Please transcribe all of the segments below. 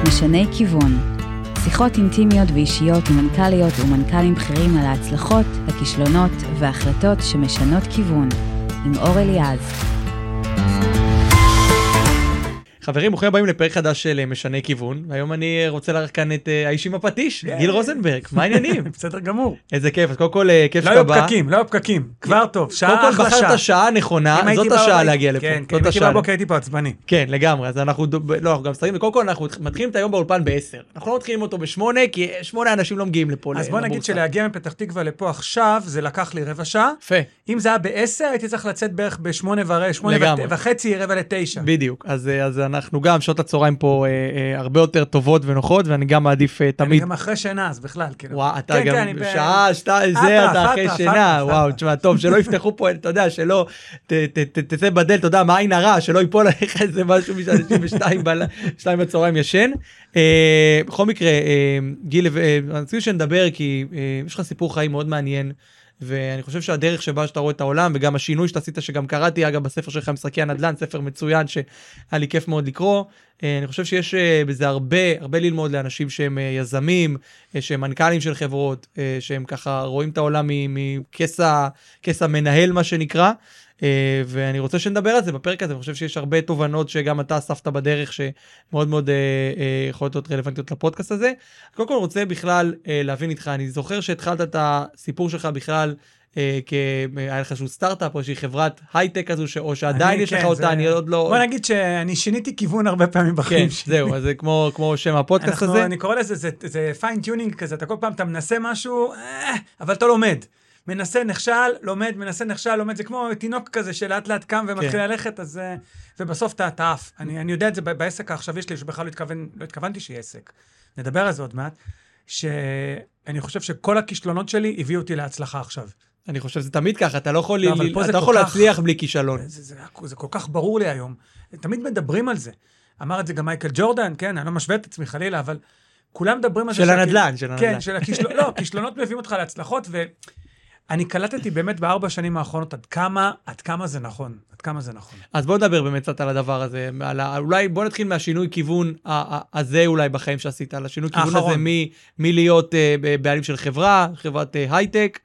משני כיוון. שיחות אינטימיות ואישיות עם מנכ"ליות ומנכ"לים בכירים על ההצלחות, הכישלונות וההחלטות שמשנות כיוון. עם אור אליעז. חברים, ברוכים הבאים לפרק חדש של משני כיוון, והיום אני רוצה לארח כאן את האיש עם הפטיש, גיל רוזנברג. מה העניינים? בסדר גמור. איזה כיף, אז קודם כל כיף שאתה בא. לא היו פקקים, כבר טוב, שעה אחלה שעה. בחרת שעה נכונה, זאת השעה להגיע לפה. כן, אם הייתי בבוקר הייתי פה עצבני. כן, לגמרי, אז אנחנו גם סתרים, וקודם כל אנחנו מתחילים את היום באולפן ב-10. אנחנו לא מתחילים אותו ב-8, כי 8 אנשים לא מגיעים לפה. אז בוא נגיד שלהגיע מפתח תקווה לפה עכשיו, זה לקח לי רבע שעה. יפה. אם זה היה ב-10, הייתי צריך לצאת בערך ב-8:30, רבע ל-9. בדיוק, אז אנחנו גם שעות הצהריים פה הרבה יותר טובות ונוחות, ואני גם מעדיף תמיד. אני גם אחרי שינה, אז בכלל. וואו, אתה גם שעה, אתה אחרי שינה, וואו, תשמע, טוב, שלא יפתחו פה, אתה יודע, שלא תצא בדל, אתה יודע, מה עין הרע, שלא ייפול עליך איזה משהו משאנשים בשתיים בצהריים ישן. בכל מקרה, גיל, אני רוצה שנדבר, כי יש לך סיפור חיים מאוד מעניין, ואני חושב שהדרך שבה שאתה רואה את העולם, וגם השינוי שאתה עשית, שגם קראתי, אגב, בספר שלך, משחקי הנדל"ן, ספר מצוין, שהיה לי כיף מאוד לקרוא. אני חושב שיש בזה הרבה ללמוד לאנשים שהם יזמים, שהם מנכ"לים של חברות, שהם ככה רואים את העולם מכס המנהל, מה שנקרא. ואני רוצה שנדבר על זה בפרק הזה. אני חושב שיש הרבה תובנות שגם אתה אספת בדרך, שמאוד מאוד יכולות להיות רלוונטיות לפודקאסט הזה. קודם כל אני רוצה בכלל להבין איתך, אני זוכר שהתחלת את הסיפור שלך בכלל, היה לך שהוא סטארט-אפ, או שהיא חברת הייטק כזו, או שעדיין יש לך אותה, אני עוד לא... בוא נגיד שאני שיניתי כיוון הרבה פעמים בחיים שלי. זהו, אז זה כמו שם הפודקאסט הזה. אני קורא לזה, זה פיין-טיונינג כזה, אתה כל פעם אתה מנסה משהו, אבל אתה לומד. מנסה, נכשל, לומד, מנסה, נכשל, לומד. זה כמו תינוק כזה שלאט לאט קם ומתחיל ללכת, אז... ובסוף אתה עף. אני יודע את זה בעסק העכשווי שלי, שבכלל לא התכוונתי שיהיה עסק. נדבר על זה עוד מעט, שאני חושב שכל הכישלונות שלי הביאו אותי להצלחה עכשיו. אני חושב שזה תמיד ככה, אתה לא יכול להצליח בלי כישלון. זה כל כך ברור לי היום. תמיד מדברים על זה. אמר את זה גם מייקל ג'ורדן, כן, אני לא משווה את עצמי חלילה, אבל כולם מדברים על זה. של הנדל"ן. כן, לא, כישלונות מביאים אותך להצלחות, ואני קלטתי באמת ב4 שנים האחרונות עד כמה זה נכון. אז בוא נדבר באמת קצת על הדבר הזה, אולי בוא נתחיל מהשינוי כיוון הזה אולי בחיים שעשית, על השינוי כיוון הזה מלהיות בעלים של חברת הייטק,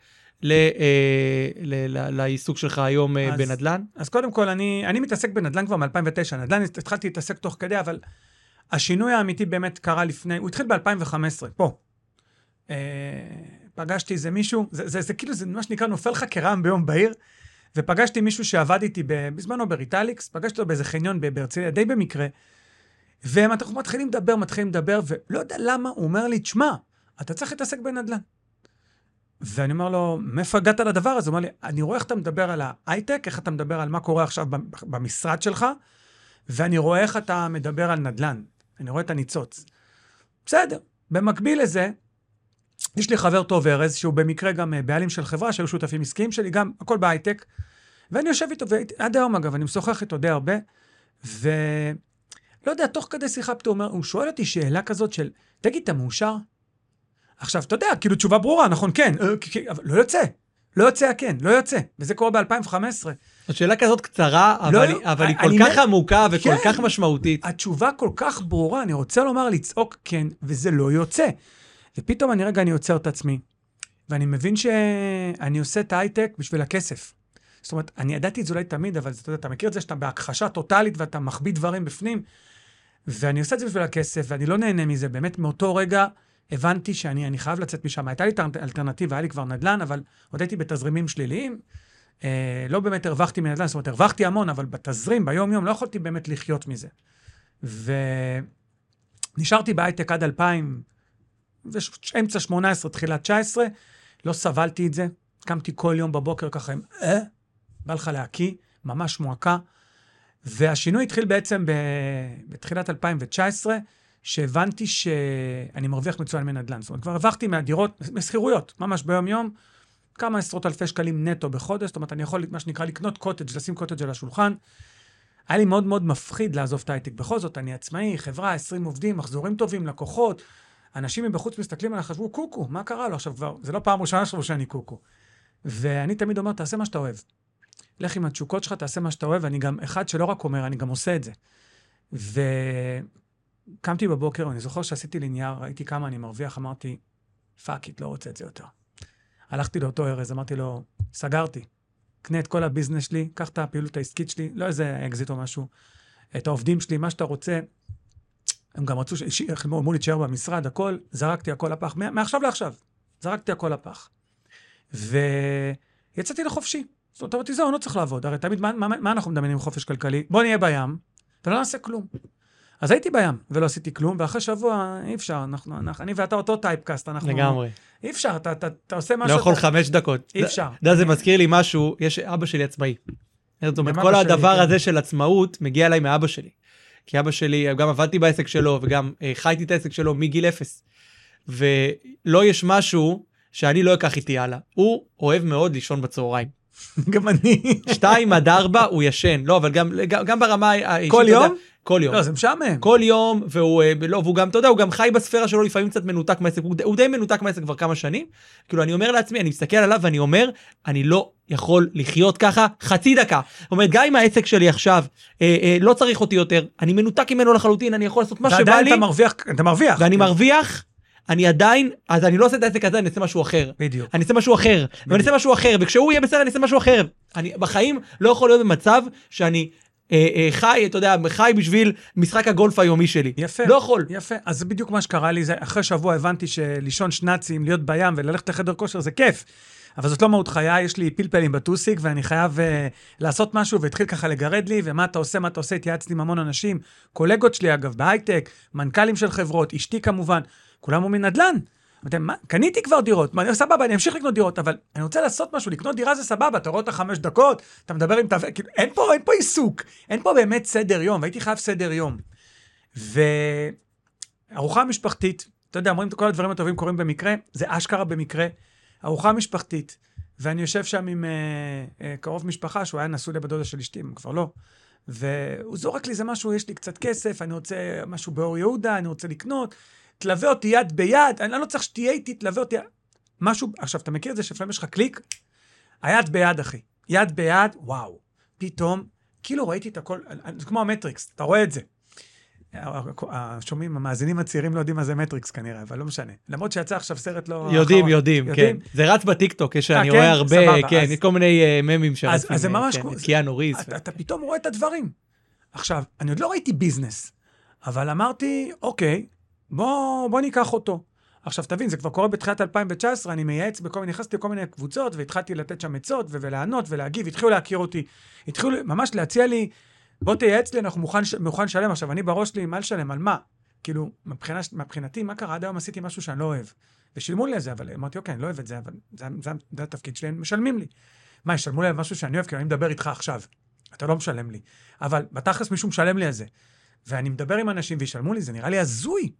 לעיסוק שלך היום בנדל"ן? אז קודם כל, אני מתעסק בנדל"ן כבר מ-2009. נדל"ן התחלתי להתעסק תוך כדי, אבל השינוי האמיתי באמת קרה לפני, הוא התחיל ב-2015, פה. פגשתי איזה מישהו, זה כאילו, זה מה שנקרא נופל לך כרעם ביום בהיר, ופגשתי מישהו שעבד איתי בזמנו בריטליקס, פגשתי אותו באיזה חניון בהרצליה, די במקרה, ואנחנו מתחילים לדבר, ולא יודע למה, הוא אומר לי, תשמע, אתה צריך להתעסק בנדל"ן. ואני אומר לו, מאיפה הגעת לדבר הזה? הוא אומר לי, אני רואה איך אתה מדבר על ההייטק, איך אתה מדבר על מה קורה עכשיו במשרד שלך, ואני רואה איך אתה מדבר על נדל"ן. אני רואה את הניצוץ. בסדר. במקביל לזה, יש לי חבר טוב ארז, שהוא במקרה גם בעלים של חברה, שהיו שותפים עסקיים שלי, גם הכל בהייטק, ואני יושב איתו, ועד היום אגב, אני משוחח איתו די הרבה, ולא יודע, תוך כדי שיחה פתאום, הוא שואל אותי שאלה כזאת של, תגיד, אתה מאושר? עכשיו, אתה יודע, כאילו תשובה ברורה, נכון, כן, אבל לא יוצא, כן, לא יוצא, וזה קורה ב-2015. זו שאלה כזאת קצרה, אבל היא כל כך עמוקה וכל כך משמעותית. התשובה כל כך ברורה, אני רוצה לומר לצעוק כן, וזה לא יוצא. ופתאום אני עוצר את עצמי, ואני מבין שאני עושה את ההייטק בשביל הכסף. זאת אומרת, אני ידעתי את זה אולי תמיד, אבל אתה מכיר את זה שאתה בהכחשה טוטלית, ואתה מחביא דברים בפנים, ואני עושה את זה בשביל הכסף, ואני לא נהנה מזה. באמת מאותו רגע הבנתי שאני חייב לצאת משם. הייתה לי אלטרנטיבה, היה לי כבר נדל"ן, אבל עוד הייתי בתזרימים שליליים. לא באמת הרווחתי מנדל"ן, זאת אומרת, הרווחתי המון, אבל בתזרים, ביום-יום, לא יכולתי באמת לחיות מזה. ונשארתי בהייטק עד 2000, אמצע 18, תחילת 19, לא סבלתי את זה, קמתי כל יום בבוקר ככה עם, בא לך להקיא, ממש מועקה, והשינוי התחיל בעצם בתחילת 2019, שהבנתי שאני מרוויח מצוין מנדל"ן, זאת אומרת, כבר הרווחתי מהדירות, מסחירויות, ממש ביום יום, כמה עשרות אלפי שקלים נטו בחודש, זאת אומרת, אני יכול, מה שנקרא, לקנות קוטג', לשים קוטג' על השולחן, היה לי מאוד מאוד מפחיד לעזוב את ההייטק, בכל זאת, אני עצמאי, חברה, 20 עובדים, מחזורים טובים, לקוחות, אנשים מבחוץ מסתכלים עליי, חשבו, קוקו, מה קרה לו? עכשיו כבר, זה לא פעם ראשונה שחשבו שאני קוקו. ואני תמיד אומר, תעשה מה שאתה אוהב. לך עם התשוקות שלך, תעשה מה שאתה אוהב, ואני גם אחד שלא רק אומר, אני גם עושה את זה. קמתי בבוקר, אני זוכר שעשיתי לי נייר, ראיתי כמה אני מרוויח, אמרתי, פאק איט, לא רוצה את זה יותר. הלכתי לאותו ארז, אמרתי לו, סגרתי, קנה את כל הביזנס שלי, קח את הפעילות העסקית שלי, לא איזה אקזיט או משהו, את העובדים שלי, מה שאתה רוצה, הם גם רצו, אמרו לי תשאר במשרד, הכל, זרקתי הכל לפח, מעכשיו לעכשיו, זרקתי הכל לפח. ויצאתי לחופשי. זאת אומרת, זהו, אני לא צריך לעבוד, הרי תמיד, מה אנחנו מדמיינים עם חופש כלכלי? בוא נהיה בים, ולא נעשה כלום. אז הייתי בים, ולא עשיתי כלום, ואחרי שבוע, אי אפשר, אני ואתה אותו טייפקאסט, אנחנו... לגמרי. אי אפשר, אתה עושה משהו... לא יכול 5 דקות. אי אפשר. אתה יודע, זה מזכיר לי משהו, יש אבא שלי עצמאי. זאת אומרת, כל הדבר הזה של עצמאות מגיע אליי מאבא שלי. כי אבא שלי, גם עבדתי בעסק שלו, וגם חייתי את העסק שלו מגיל 0. ולא יש משהו שאני לא אקח איתי הלאה. הוא אוהב מאוד לישון בצהריים. גם אני. 2-4 הוא ישן. לא, אבל גם ברמה האישית. כל יום? כל יום. לא, זה משעמם. כל יום, והוא גם, אתה יודע, הוא גם חי בספירה שלו, לפעמים קצת מנותק מהעסק, הוא די מנותק מהעסק כבר כמה שנים. כאילו, אני אומר לעצמי, אני מסתכל עליו ואני אומר, אני לא יכול לחיות ככה חצי דקה. זאת אומרת, גם אם העסק שלי עכשיו לא צריך אותי יותר, אני מנותק ממנו לחלוטין, אני יכול לעשות מה שבא לי. ועדיין אתה מרוויח. ואני מרוויח, אני עדיין, אז אני לא עושה את העסק הזה, אני אעשה משהו אחר. בדיוק. אני אעשה משהו אחר, ואני אעשה משהו אחר, וכשהוא יהיה בסדר, אני אעשה משהו אחר. אני בחיים לא יכול להיות במצב שאני חי, אתה יודע, חי בשביל משחק הגולף היומי שלי. יפה. לא יכול. יפה. אז זה בדיוק מה שקרה לי. אחרי שבוע הבנתי שלישון שנצים, להיות בים וללכת לחדר כושר זה כיף. אבל זאת לא מהות חיי, יש לי פלפלים בטוסיק, ואני חייב לעשות משהו, והתחיל ככה לגרד לי, ומה אתה עושה, התייעצתי עם המון אנשים, קולגות שלי אגב, בהייטק, מנכ"לים של חברות, אשתי כמובן, כולם אומרים נדל"ן. קניתי כבר דירות, סבבה, אני אמשיך לקנות דירות, אבל אני רוצה לעשות משהו, לקנות דירה זה סבבה, אתה רואה אותה 5 דקות, אתה מדבר עם אין פה עיסוק, אין פה באמת סדר יום, והייתי חייב סדר יום. וארוחה משפחתית, אתה יודע, אומרים כל הדברים הטובים קורים במקרה, זה אשכרה במקרה, ארוחה משפחתית, ואני יושב שם עם קרוב משפחה, שהוא היה נשוי לבת דודה של אשתי, כבר לא, והוא זורק לי זה משהו, יש לי קצת כסף, אני רוצה משהו באור יהודה, אני רוצה לקנות, תלווה אותי יד ביד, אני לא צריך שתהיה איתי, תלווה אותי משהו, עכשיו, אתה מכיר את זה שפעמים יש לך קליק? היד ביד, אחי. יד ביד, וואו. פתאום, כאילו ראיתי את הכל, זה כמו המטריקס, אתה רואה את זה. השומעים, המאזינים הצעירים לא יודעים מה זה מטריקס כנראה, אבל לא משנה. למרות שיצא עכשיו סרט לא... יודעים, כן. זה רץ בטיקטוק, אני רואה הרבה, כן, יש כל מיני ממים שרצים. אז זה ממש... קיאנו ריבס. אתה פתאום רואה את הדברים. עכשיו, אני עוד לא ראיתי ביזנס, אבל אמרתי, אוקיי, בוא ניקח אותו. עכשיו, תבין, זה כבר קורה בתחילת 2019, אני מייעץ נכנסתי לכל מיני קבוצות, והתחלתי לתת שם עצות, ולענות, ולהגיב, התחילו להכיר אותי, התחילו ממש להציע לי, בוא תייעץ לי, אנחנו מוכן לשלם. עכשיו, אני בראש לי, מה לשלם? על מה? כאילו, מבחינתי, מה קרה? עד היום עשיתי משהו שאני לא אוהב. ושילמו לי על זה, אבל אמרתי, אוקיי, אני לא אוהב את זה, אבל זה התפקיד שלי, הם משלמים לי. מה, ישלמו לי על משהו שאני אוהב, כי אני מדבר איתך עכשיו. אתה לא משלם לי. אבל בתכלס מישהו משלם לי על זה. ואני מדבר עם אנשים וישלמו לי, זה נראה לי הזוי.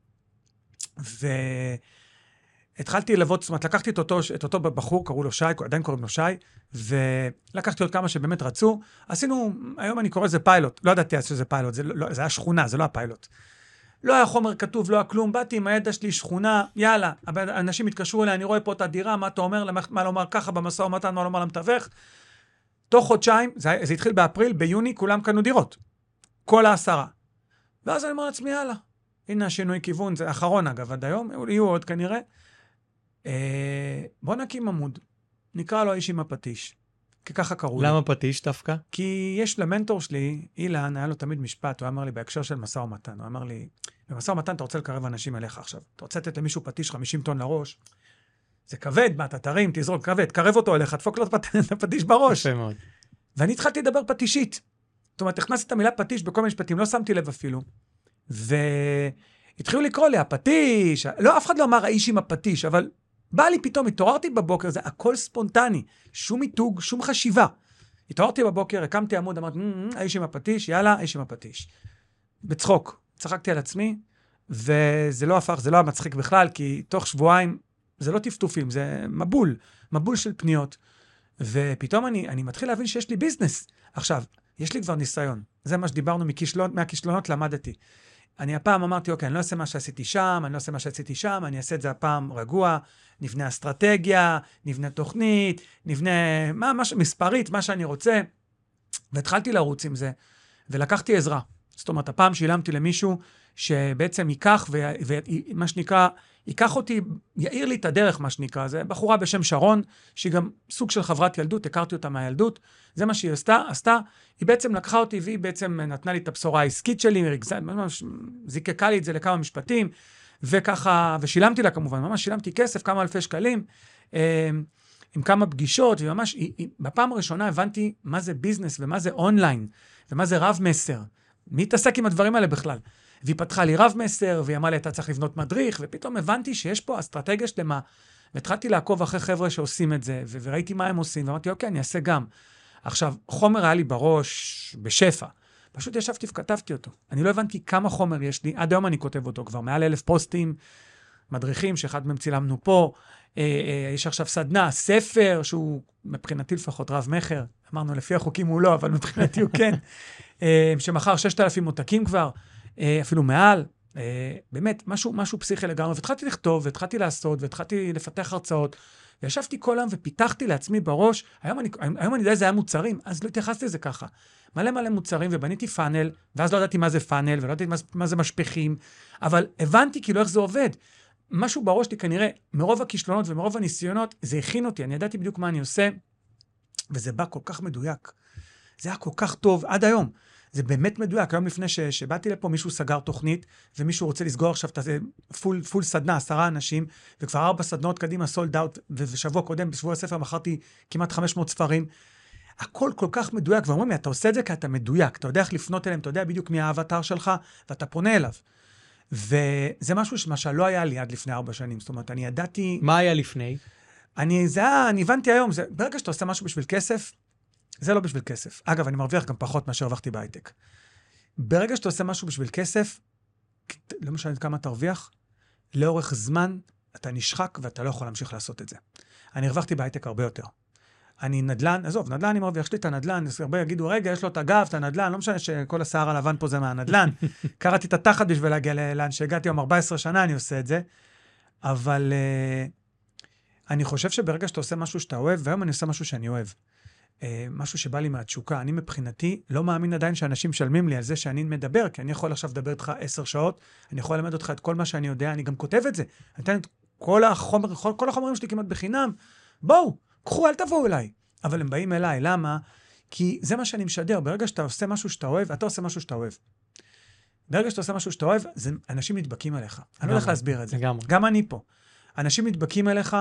והתחלתי ללוות, זאת אומרת, לקחתי את אותו בחור, קראו לו שי, עדיין קוראים לו שי, ולקחתי עוד כמה שבאמת רצו. עשינו, היום אני קורא לזה פיילוט, לא ידעתי שזה פיילוט, זה היה שכונה, זה לא הפיילוט. לא היה חומר כתוב, לא היה כלום, באתי עם הידע שלי, שכונה, יאללה, אנשים התקשרו אליי, אני רואה פה את הדירה, מה אתה אומר, מה לומר ככה במשא ומתן, מה לומר למתווך. תוך חודשיים, זה התחיל באפריל, ביוני, כולם קנו דירות. כל 10. ואז אני אומר לעצמי, יאללה. הנה השינוי כיוון, זה האחרון אגב, עד היום, יהיו עוד כנראה. בוא נקים עמוד, נקרא לו האיש עם הפטיש, כי ככה קראו לי. למה פטיש דווקא? כי יש למנטור שלי, אילן, היה לו תמיד משפט, הוא אמר לי בהקשר של משא ומתן, הוא אמר לי, במשא ומתן אתה רוצה לקרב אנשים אליך עכשיו, אתה רוצה לתת למישהו פטיש 50 טון לראש, זה כבד, מה אתה תרים, תזרוק, כבד, קרב אותו אליך, דפוק לו את הפטיש בראש. יפה מאוד. ואני התחלתי לדבר פטישית. זאת אומרת, הכנסתי את המילה פטיש בכל מיני משפטים, לא שמתי לב אפילו. והתחילו לקרוא לי, הפטיש, לא, אף אחד לא אמר האיש עם הפטיש, אבל בא לי פתאום, התעוררתי בבוקר, זה הכל ספונטני, שום מיתוג, שום חשיבה. התעוררתי בבוקר, הקמתי עמוד, אמרתי, האיש עם הפטיש, יאללה, האיש עם הפטיש. בצחוק, צחקתי על עצמי, וזה לא הפך, זה לא המצחיק בכלל, כי תוך שבועיים, זה לא טפטופים, זה מבול של פניות. ופתאום אני מתחיל להבין שיש לי ביזנס. עכשיו, יש לי כבר ניסיון. זה מה שדיברנו מהכישלונות למדתי. אני הפעם אמרתי, אוקיי, אני לא אעשה מה שעשיתי שם, אני אעשה את זה הפעם רגוע, נבנה אסטרטגיה, נבנה תוכנית, נבנה מספרית, מה שאני רוצה. והתחלתי לרוץ עם זה, ולקחתי עזרה. זאת אומרת, הפעם שילמתי למישהו שבעצם ייקח, ומה שנקרא, ייקח אותי, יאיר לי את הדרך, מה שנקרא. זה בחורה בשם שרון, שהיא גם סוג של חברת ילדות, הכרתי אותה מהילדות. זה מה שהיא עשתה. היא בעצם לקחה אותי, והיא בעצם נתנה לי את הבשורה העסקית שלי, ממש זיקקה לי את זה לכמה משפטים, וככה, ושילמתי לה כמובן, ממש שילמתי כסף, כמה אלפי שקלים, עם כמה פגישות, וממש, בפעם הראשונה הבנתי מה זה ביזנס, ומה זה אונליין, ומה זה רב מסר. מי התעסק עם הדברים האלה בכלל? והיא פתחה לי רב מסר, והיא אמרה לי, אתה צריך לבנות מדריך, ופתאום הבנתי שיש פה אסטרטגיה שלמה, והתחלתי לעקוב אחרי חבר'ה שעושים את זה, וראיתי מה הם עושים, ואמרתי, אוקיי, אני אעשה גם. עכשיו, חומר היה לי בראש בשפע. פשוט ישבתי וכתבתי אותו. אני לא הבנתי כמה חומר יש לי, עד היום אני כותב אותו כבר, מעל 1,000 פוסטים, מדריכים, שאחד מהם צילמנו פה, יש עכשיו סדנה, ספר, שהוא מבחינתי לפחות רב מחר, אמרנו לפי החוקים הוא לא, אבל מבחינתי הוא כן, שמחר 6,000 עותקים כבר, אפילו מעל, באמת, משהו פסיכי לגמרי, והתחלתי לכתוב, והתחלתי לעשות, והתחלתי לפתח הרצאות, וישבתי כל היום ופיתחתי לעצמי בראש, היום אני יודע זה היה מוצרים, אז לא התייחסתי לזה ככה. מלא מוצרים, ובניתי פאנל, ואז לא ידעתי מה זה פאנל, ולא ידעתי מה זה משפיכים, אבל הבנתי כאילו איך זה עובד. משהו בראש לי כנראה, מרוב הכישלונות ומרוב הניסיונות, זה הכין אותי, אני ידעתי בדיוק מה אני עושה, וזה בא כל כך מדויק. זה היה כל כך טוב עד היום. זה באמת מדויק. היום לפני שבאתי לפה, מישהו סגר תוכנית, ומישהו רוצה לסגור עכשיו פול סדנה, 10 אנשים, וכבר 4 סדנות קדימה, סולד אאוט, ושבוע קודם, בשבוע הספר, מכרתי כמעט 500 ספרים. הכל כל כך מדויק, ואומרים לי, אתה עושה את זה כי אתה מדויק, אתה יודע איך לפנות אליהם, אתה יודע בדיוק מי האבטר שלך, ואתה פונה אליו. וזה משהו שמשל לא היה לי עד לפני 4 שנים. זאת אומרת, אני ידעתי... מה היה לפני? אני הבנתי היום, ברגע שאתה עושה משהו בשביל כסף, זה לא בשביל כסף. אגב, אני מרוויח גם פחות מאשר הרווחתי בהייטק. ברגע שאתה עושה משהו בשביל כסף, לא משנה כמה תרוויח, לאורך זמן אתה נשחק ואתה לא יכול להמשיך לעשות את זה. אני הרווחתי בהייטק הרבה יותר. אני נדל"ן, עזוב, נדל"ן אני מרוויח, יש לי את הנדל"ן, הרבה יגידו, רגע, יש לו את הגב, את הנדל"ן, לא משנה שכל השיער הלבן פה זה מהנדל"ן. קראתי את התחת בשביל להגיע לאן שהגעתי, היום 14 שנה אני עושה את זה, אבל אני חושב שברגע שאתה עושה משהו שאתה אוהב, והיום אני עושה משהו שאני אוהב, משהו שבא לי מהתשוקה, אני מבחינתי לא מאמין עדיין שאנשים משלמים לי על זה שאני מדבר, כי אני יכול עכשיו לדבר איתך 10 שעות, אני יכול ללמד אותך את כל מה שאני יודע, אני גם כותב את זה, אני אתן את כל החומרים שלי כמעט בחינם, בואו, קחו, אל תבואו אליי. אבל הם באים אליי, למה? כי זה מה שאני משדר, ברגע שאתה עושה משהו שאתה אוהב, אתה עושה משהו שאתה אוהב. ברגע שאתה עושה משהו שאתה אוהב, אנשים מתבקים עליך. אני לא הולך להסביר את זה. גם אני פה. אנשים מתבקים אליך,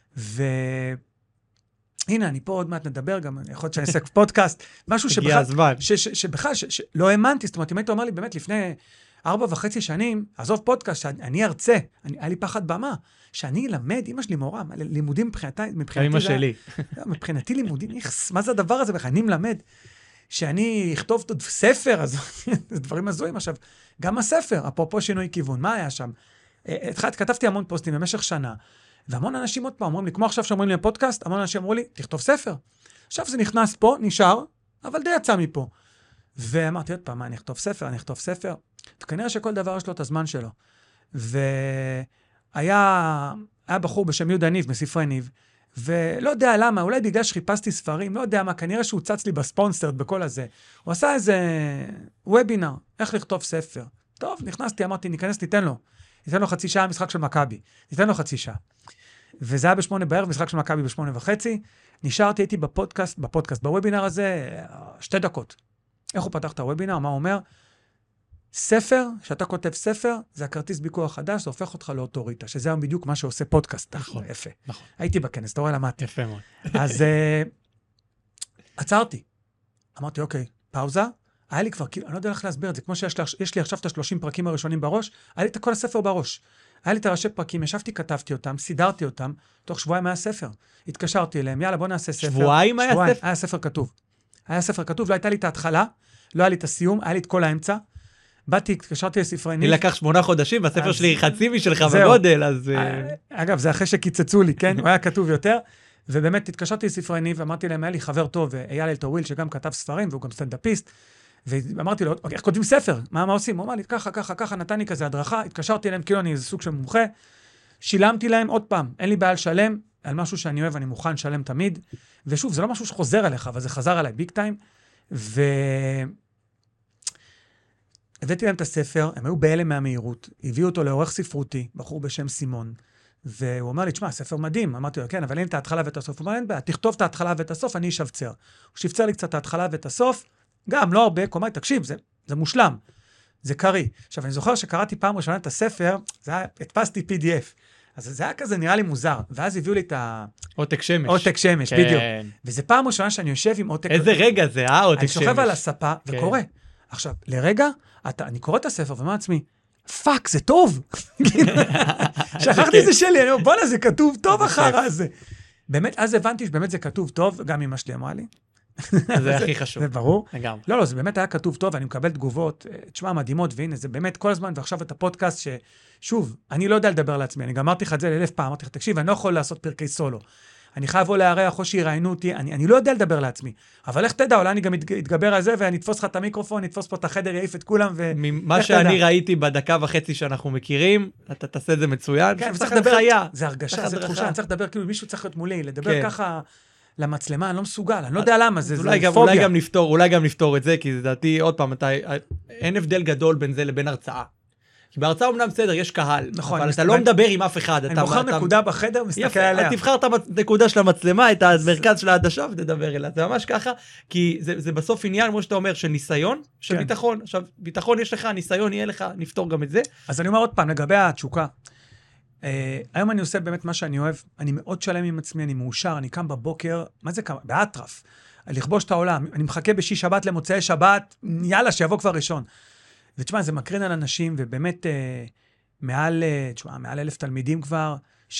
הנה, אני פה עוד מעט נדבר, גם יכול להיות שאני אעשה פודקאסט, משהו שבכלל לא האמנתי, זאת אומרת, אם היית אומר לי באמת לפני 4.5 שנים, עזוב פודקאסט, שאני ארצה, היה לי פחד במה, שאני אלמד, אמא שלי מורה, לימודים מבחינתי, אמא שלי. מבחינתי לימודים, מה זה הדבר הזה בכלל? אני מלמד, שאני אכתוב ספר, אז דברים הזויים עכשיו, גם הספר, אפרופו שינוי כיוון, מה היה שם? כתבתי המון פוסטים במשך שנה, והמון אנשים עוד פעם אומרים לי, כמו עכשיו שאומרים לי בפודקאסט, המון אנשים אמרו לי, תכתוב ספר. עכשיו זה נכנס פה, נשאר, אבל די יצא מפה. ואמרתי עוד פעם, אני אכתוב ספר. וכנראה שכל דבר יש לו את הזמן שלו. והיה בחור בשם יהודה ניב, מספרי ניב, ולא יודע למה, אולי בגלל שחיפשתי ספרים, לא יודע מה, כנראה שהוא צץ לי בספונסרד בכל הזה. הוא עשה איזה וובינר, איך לכתוב ספר. טוב, נכנסתי, אמרתי, ניכנס, ניתן לו חצי שעה, משחק של מכבי. ניתן לו חצי שעה. וזה היה 8 בערב, משחק של מכבי 8:30. נשארתי, הייתי בפודקאסט, בוובינר הזה, 2 דקות. איך הוא פתח את הוובינר? מה הוא אומר? ספר, שאתה כותב ספר, זה הכרטיס ביקור החדש, זה הופך אותך לאוטוריטה, שזה היום בדיוק מה שעושה פודקאסט. נכון, יפה. נכון. הייתי בכנס, אתה רואה, למדתי. יפה מאוד. אז עצרתי. אמרתי, אוקיי, פאוזה. היה לי כבר, כאילו, אני לא יודע איך להסביר את זה, כמו שיש לי עכשיו את 30 פרקים הראשונים בראש, היה לי את כל הספר בראש. היה לי את ראשי פרקים, ישבתי, כתבתי אותם, סידרתי אותם, תוך שבועיים היה ספר. התקשרתי אליהם, יאללה, בוא נעשה ספר. שבועיים היה ספר? היה ספר כתוב. היה ספר כתוב, לא הייתה לי את ההתחלה, לא היה לי את הסיום, היה לי את כל האמצע. באתי, התקשרתי לספרי ניב. לי לקח 8 חודשים, והספר שלי חצי משלך בגודל, אז... אגב, זה אחרי שקיצצו לי, כן? הוא היה כתוב יותר. ובאמת, התקשרתי לספרי ניב, ואמרתי להם, היה לי חבר טוב, אייל אלטוויל, שגם כתב ספרים, והוא גם סטנדאפיסט. ואמרתי לו, איך כותבים ספר? מה עושים? הוא אמר לי, ככה, נתן לי כזה הדרכה, התקשרתי אליהם, כאילו אני איזה סוג של מומחה, שילמתי להם עוד פעם, אין לי בעיה לשלם, על משהו שאני אוהב, אני מוכן לשלם תמיד, ושוב, זה לא משהו שחוזר אליך, אבל זה חזר אליי ביג טיים, הבאתי להם את הספר, הם היו בהלם מהמהירות, הביאו אותו לעורך ספרותי, בחור בשם סימון, והוא אומר לי, תשמע, ספר מדהים. אמרתי לו, כן, אבל אין את ההתחלה ואת הסוף. הוא אומר, אין בעיה, תכתוב את ההתחלה ואת הסוף, אני אשבצר. הוא שבצר לי קצת את ההתחלה ואת הסוף, גם לא הרבה, הוא אומר, תקשיב, זה מושלם, זה קרי. עכשיו, אני זוכר שקראתי פעם ראשונה את הספר, הדפסתי PDF. אז זה היה כזה נראה לי מוזר, ואז הביאו לי את עותק שמש. עותק שמש, בדיוק. וזה פעם ראשונה שאני יושב עם עותק... איזה רגע זה, עותק שמש. אני שוכב על הספה וקורא. עכשיו, לרגע, אני קורא את הספר ואומר לעצמי, פאק, זה טוב. שכחתי זה שלי, אני אומר, בוא'נה, זה כתוב טוב אחר הזה. באמת, אז הבנתי שבאמת זה כתוב טוב, גם אמא שלי אמרה לי. זה הכי חשוב. זה ברור. לגמרי. לא, זה באמת היה כתוב טוב, ואני מקבל תגובות, תשמע, מדהימות, והנה, זה באמת כל הזמן, ועכשיו את הפודקאסט שוב, אני לא יודע לדבר לעצמי, אני גם אמרתי לך את זה 1000 פעם, אמרתי לך, תקשיב, אני לא יכול לעשות פרקי סולו. אני חייב או לארח או שיראיינו אותי, אני לא יודע לדבר לעצמי. אבל איך תדע, אולי אני גם אתגבר על זה, ואני אתפוס לך את המיקרופון, נתפוס פה את החדר, יעיף את כולם, ממה שאני ראיתי בדקה וחצי שאנחנו מכירים, אתה תעשה את זה מצוין. כן, וצריך לדבר, זה הרגשה, זה תחושה, אני צריך לדבר, כאילו מישהו צריך להיות מולי, לדבר ככה למצלמה, אני לא מסוגל, אני לא יודע למה, זה פוביה. אולי גם נפתור את זה, כי לדעתי, עוד פעם, אין הבדל גדול בין זה לבין הרצאה. כי בהרצאה אומנם בסדר, יש קהל, נכון, אבל אתה לא מדבר עם אף אחד. אני בוחר נקודה בחדר, מסתכל עליה. תבחר את הנקודה של המצלמה, את המרכז של העדשה, ותדבר אליה. זה ממש ככה, כי זה בסוף עניין, כמו שאתה אומר, של ניסיון, של ביטחון. עכשיו, ביטחון יש לך, ניסיון יהיה לך, נפתור גם את זה. אז אני אומר עוד פעם, לגבי התשוקה, היום אני עושה באמת מה שאני אוהב, אני מאוד שלם עם עצמי, אני מאושר, אני קם בבוקר, מה זה קם? באטרף, לכבוש את העולם, אני מחכה בשישי שבת למוצאי שבת, יאללה, שיבוא כבר ראשון. ותשמע, זה מקרין על אנשים, ובאמת מעל 1,000 תלמידים כבר,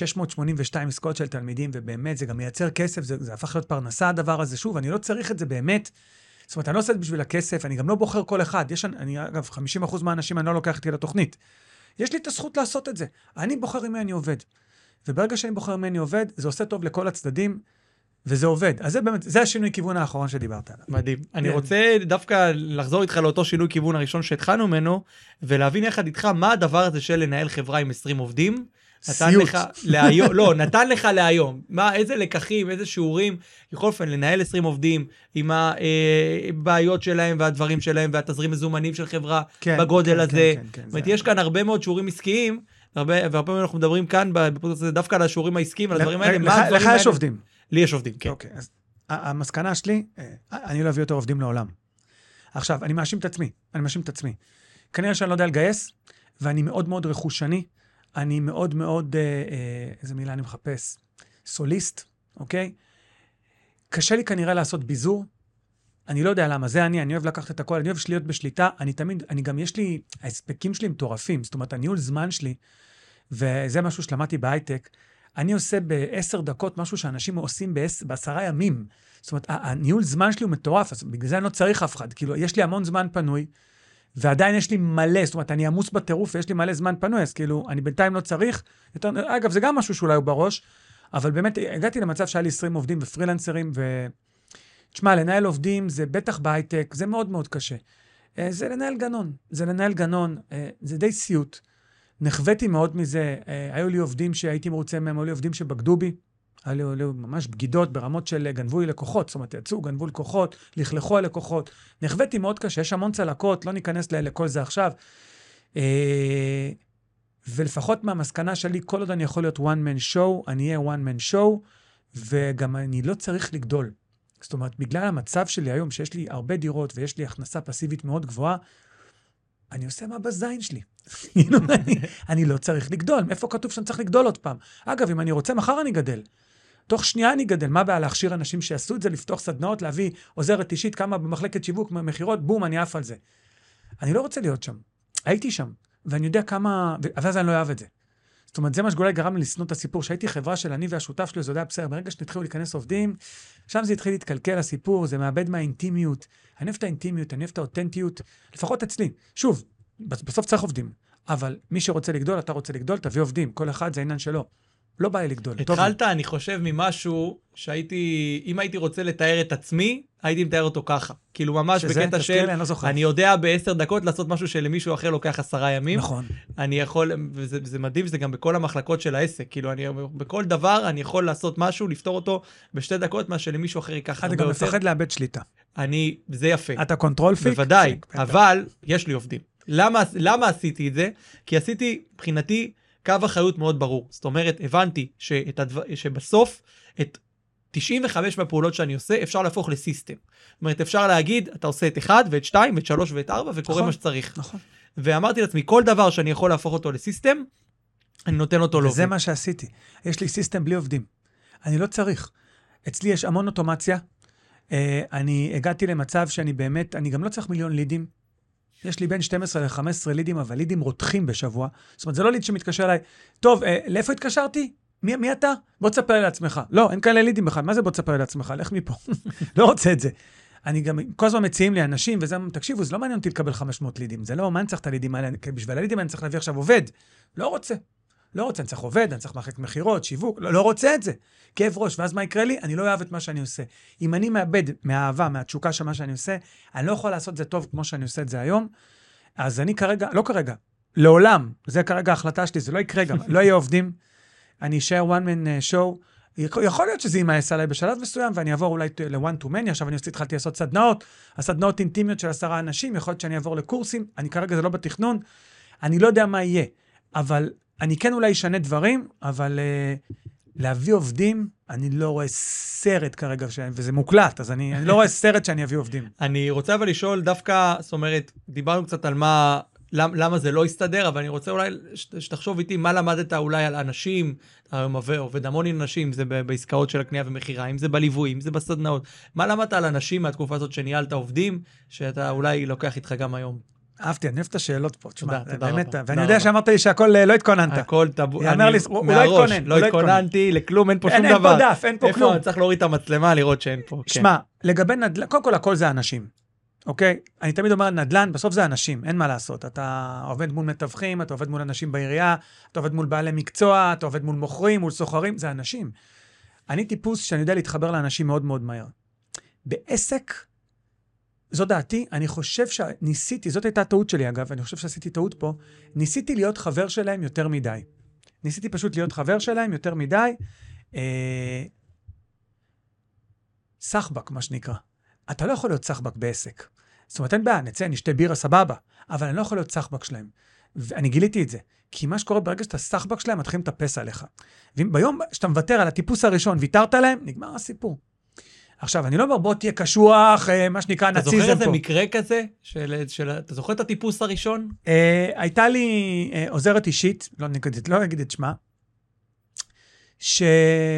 682 עסקאות של תלמידים, ובאמת זה גם מייצר כסף, זה הפך להיות פרנסה הדבר הזה. שוב, אני לא צריך את זה באמת, זאת אומרת, אני לא עושה את זה בשביל הכסף, אני גם לא בוחר כל אחד. אגב, 50% מהאנשים אני לא לוקח איתי לתוכנית. יש לי את הזכות לעשות את זה. אני בוחר עם מי אני עובד. וברגע שאני בוחר עם מי אני עובד, זה עושה טוב לכל הצדדים, וזה עובד. אז זה באמת, זה השינוי כיוון האחרון שדיברת עליו. מדהים. אני רוצה דווקא לחזור איתך לאותו שינוי כיוון הראשון שהתחלנו ממנו, ולהבין יחד איתך מה הדבר הזה של לנהל חברה עם 20 עובדים. סיוט. נתן לך להיום. איזה לקחים, איזה שיעורים, יכול אופן לנהל 20 עובדים עם הבעיות שלהם והדברים שלהם, והתזרים מזומנים של חברה בגודל הזה. זאת אומרת, יש כאן הרבה מאוד שיעורים עסקיים, והרבה פעמים אנחנו מדברים כאן בפודקאסט הזה דווקא על השיעורים העסקיים, על הדברים האלה. לך יש עובדים. לי יש עובדים, כן. אוקיי, אז המסקנה שלי, אני לא אביא יותר עובדים לעולם. עכשיו, אני מאשים את עצמי. כנראה שאני לא יודע לגייס, ואני מאוד מאוד רכושני, אני מאוד מאוד, איזה מילה אני מחפש, סוליסט, אוקיי? קשה לי כנראה לעשות ביזור, אני לא יודע למה, זה אני אוהב לקחת את הכל, אני אוהב להיות בשליטה, אני גם יש לי, ההספקים שלי מטורפים, זאת אומרת, הניהול זמן שלי, וזה משהו שלמדתי בהייטק, אני עושה ב10 דקות משהו שאנשים עושים ב10 ימים. זאת אומרת, הניהול זמן שלי הוא מטורף, אז בגלל זה אני לא צריך אף אחד. כאילו, יש לי המון זמן פנוי, ועדיין יש לי מלא, זאת אומרת, אני עמוס בטירוף, ויש לי מלא זמן פנוי, אז כאילו, אני בינתיים לא צריך. אגב, זה גם משהו שאולי הוא בראש, אבל באמת, הגעתי למצב שהיה לי 20 עובדים ופרילנסרים, תשמע, לנהל עובדים זה בטח בהייטק, זה מאוד מאוד קשה. זה לנהל גנון, זה די סיוט. נחוויתי מאוד מזה, היו לי עובדים שהייתי מרוצה מהם, היו לי עובדים שבגדו בי, היו לי ממש בגידות ברמות של גנבו לי לקוחות, זאת אומרת, יצאו, גנבו לקוחות, לכלכו על לקוחות, נחוויתי מאוד קשה, יש המון צלקות, לא ניכנס לכל זה עכשיו, ולפחות מהמסקנה שלי, כל עוד אני יכול להיות one man show, אני אהיה one man show, וגם אני לא צריך לגדול. זאת אומרת, בגלל המצב שלי היום, שיש לי הרבה דירות, ויש לי הכנסה פסיבית מאוד גבוהה, אני עושה מה בזין שלי. אני לא צריך לגדול. מאיפה כתוב שאני צריך לגדול עוד פעם? אגב, אם אני רוצה, מחר אני גדל. תוך שנייה אני גדל. מה בעיה להכשיר אנשים שיעשו את זה, לפתוח סדנאות, להביא עוזרת אישית, כמה במחלקת שיווק, מחירות, בום, אני עף על זה. אני לא רוצה להיות שם. הייתי שם, ואני יודע כמה, אבל אני לא אוהב את זה. זאת אומרת, זה מה שגולי גרם לי לסנות את הסיפור, שהייתי חברה של אני והשותף שלי, זה יודע בסדר, ברגע שנתחילו להיכנס עובדים, שם זה התחיל להתקלקל הסיפור, זה מאבד מהאינטימיות. אני אוהב את האינטימיות, אני אוהב את האותנטיות, לפחות אצלי. שוב, בסוף צריך עובדים, אבל מי שרוצה לגדול, אתה רוצה לגדול, תביא עובדים, כל אחד זה העניין שלו. לא בא לי לגדול. התחלת, אני חושב, ממשהו שהייתי, אם הייתי רוצה לתאר את עצמי, הייתי מתאר אותו ככה. כאילו ממש בקטע של, אני יודע ב10 דקות לעשות משהו שלמישהו אחר לוקח 10 ימים. נכון. אני יכול, וזה מדהים, זה גם בכל המחלקות של העסק. כאילו, בכל דבר אני יכול לעשות משהו, לפתור אותו ב2 דקות, מה שלמישהו אחר ייקח הרבה יותר. אתה גם מפחד לאבד שליטה. זה יפה. אתה קונטרול פיק? בוודאי, אבל יש לי עובדים. למה עשיתי את זה? כי עשיתי, מבחינתי, קו אחריות מאוד ברור. זאת אומרת, הבנתי שבסוף, את 95 מהפעולות שאני עושה, אפשר להפוך לסיסטם. זאת אומרת, אפשר להגיד, אתה עושה את 1 ואת 2 ואת 3 ואת 4, וקורא מה שצריך. נכון. ואמרתי לעצמי, כל דבר שאני יכול להפוך אותו לסיסטם, אני נותן אותו לעובד. וזה מה שעשיתי. יש לי סיסטם בלי עובדים. אני לא צריך. אצלי יש המון אוטומציה. אני הגעתי למצב שאני באמת, אני גם לא צריך מיליון לידים. יש לי בין 12 ל-15 לידים, אבל לידים רותחים בשבוע. זאת אומרת, זה לא ליד שמתקשר אליי. טוב, לאיפה התקשרתי? מי אתה? בוא תספר לי לעצמך. לא, אין כאלה לידים בכלל. מה זה בוא תספר לי לעצמך? לך מפה. לא רוצה את זה. אני גם, כל הזמן מציעים לי אנשים, וזה, תקשיבו, זה לא מעניין אותי לקבל 500 לידים. זה לא, מה אני צריך את הלידים האלה? בשביל הלידים אני צריך להביא עכשיו עובד. לא רוצה. לא רוצה, אני צריך עובד, אני צריך מחלקת מחירות, שיווק, לא רוצה את זה. כאב ראש, ואז מה יקרה לי? אני לא אוהב את מה שאני עושה. אם אני מאבד מהאהבה, מהתשוקה של מה שאני עושה, אני לא יכול לעשות את זה טוב כמו שאני עושה את זה היום. אז אני כרגע, לא כרגע, לעולם, זה כרגע ההחלטה שלי, זה לא יקרה גם, לא יהיה עובדים, אני אשאר one man show, יכול להיות שזה יימאס עליי בשלב מסוים, ואני אעבור אולי ל-one to many, עכשיו אני התחלתי לעשות סדנאות, הסדנאות אינטימיות של 10 אנשים, יכול להיות שאני אעבור לקורסים, אני כרגע זה לא בתכנון, אני לא יודע מה יהיה, אבל אני כן אולי אשנה דברים, אבל להביא עובדים, אני לא רואה סרט כרגע, וזה מוקלט, אז אני לא רואה סרט שאני אביא עובדים. אני רוצה אבל לשאול דווקא, זאת אומרת, דיברנו קצת על למה זה לא יסתדר, אבל אני רוצה אולי שתחשוב איתי, מה למדת אולי על אנשים, עובד המון עם אנשים, זה בעסקאות של הקנייה ומחירה, אם זה בליווי, אם זה בסדנאות, מה למדת על אנשים מהתקופה הזאת שניהלת עובדים, שאתה אולי לוקח איתך גם היום? אהבתי, אני אוהב את השאלות פה, תשמע, תודה באמת, רבה. ואני יודע שאמרת לי שהכל לא התכוננת. הכל טבו, הוא לא התכונן. לא התכוננתי לכלום, אין פה שום דבר. אין פה דף, אין פה כלום. איפה, צריך להוריד את המצלמה, לראות שאין פה. שמע, לגבי נדל"ן, קודם כל הכל זה אנשים, אוקיי? אני תמיד אומר נדל"ן, בסוף זה אנשים, אין מה לעשות. אתה עובד מול מתווכים, אתה עובד מול אנשים בעירייה, אתה עובד מול בעלי מקצוע, אתה עובד מול מוכרים, מול סוחרים, זה אנשים. אני טיפוס שאני יודע להתחבר לאנשים מאוד מאוד מהר. בעסק, זו דעתי, אני חושב שניסיתי, זאת הייתה טעות שלי אגב, אני חושב שעשיתי טעות פה, ניסיתי להיות חבר שלהם יותר מדי. ניסיתי פשוט להיות חבר שלהם יותר מדי, סחבק, מה שנקרא. אתה לא יכול להיות סחבק בעסק. זאת אומרת, אין בעיה, נצא, נשתה בירה סבבה, אבל אני לא יכול להיות סחבק שלהם. ואני גיליתי את זה, כי מה שקורה ברגע שאתה סחבק שלהם, מתחילים לטפס עליך. וביום שאתה מוותר על הטיפוס הראשון, ויתרת להם, נגמר הסיפור. עכשיו, אני לא אומר, בוא תהיה קשוח, מה שנקרא נאציזם פה. אתה זוכר איזה מקרה כזה? אתה זוכר את הטיפוס הראשון? הייתה לי עוזרת אישית, לא אגיד את שמה, שלא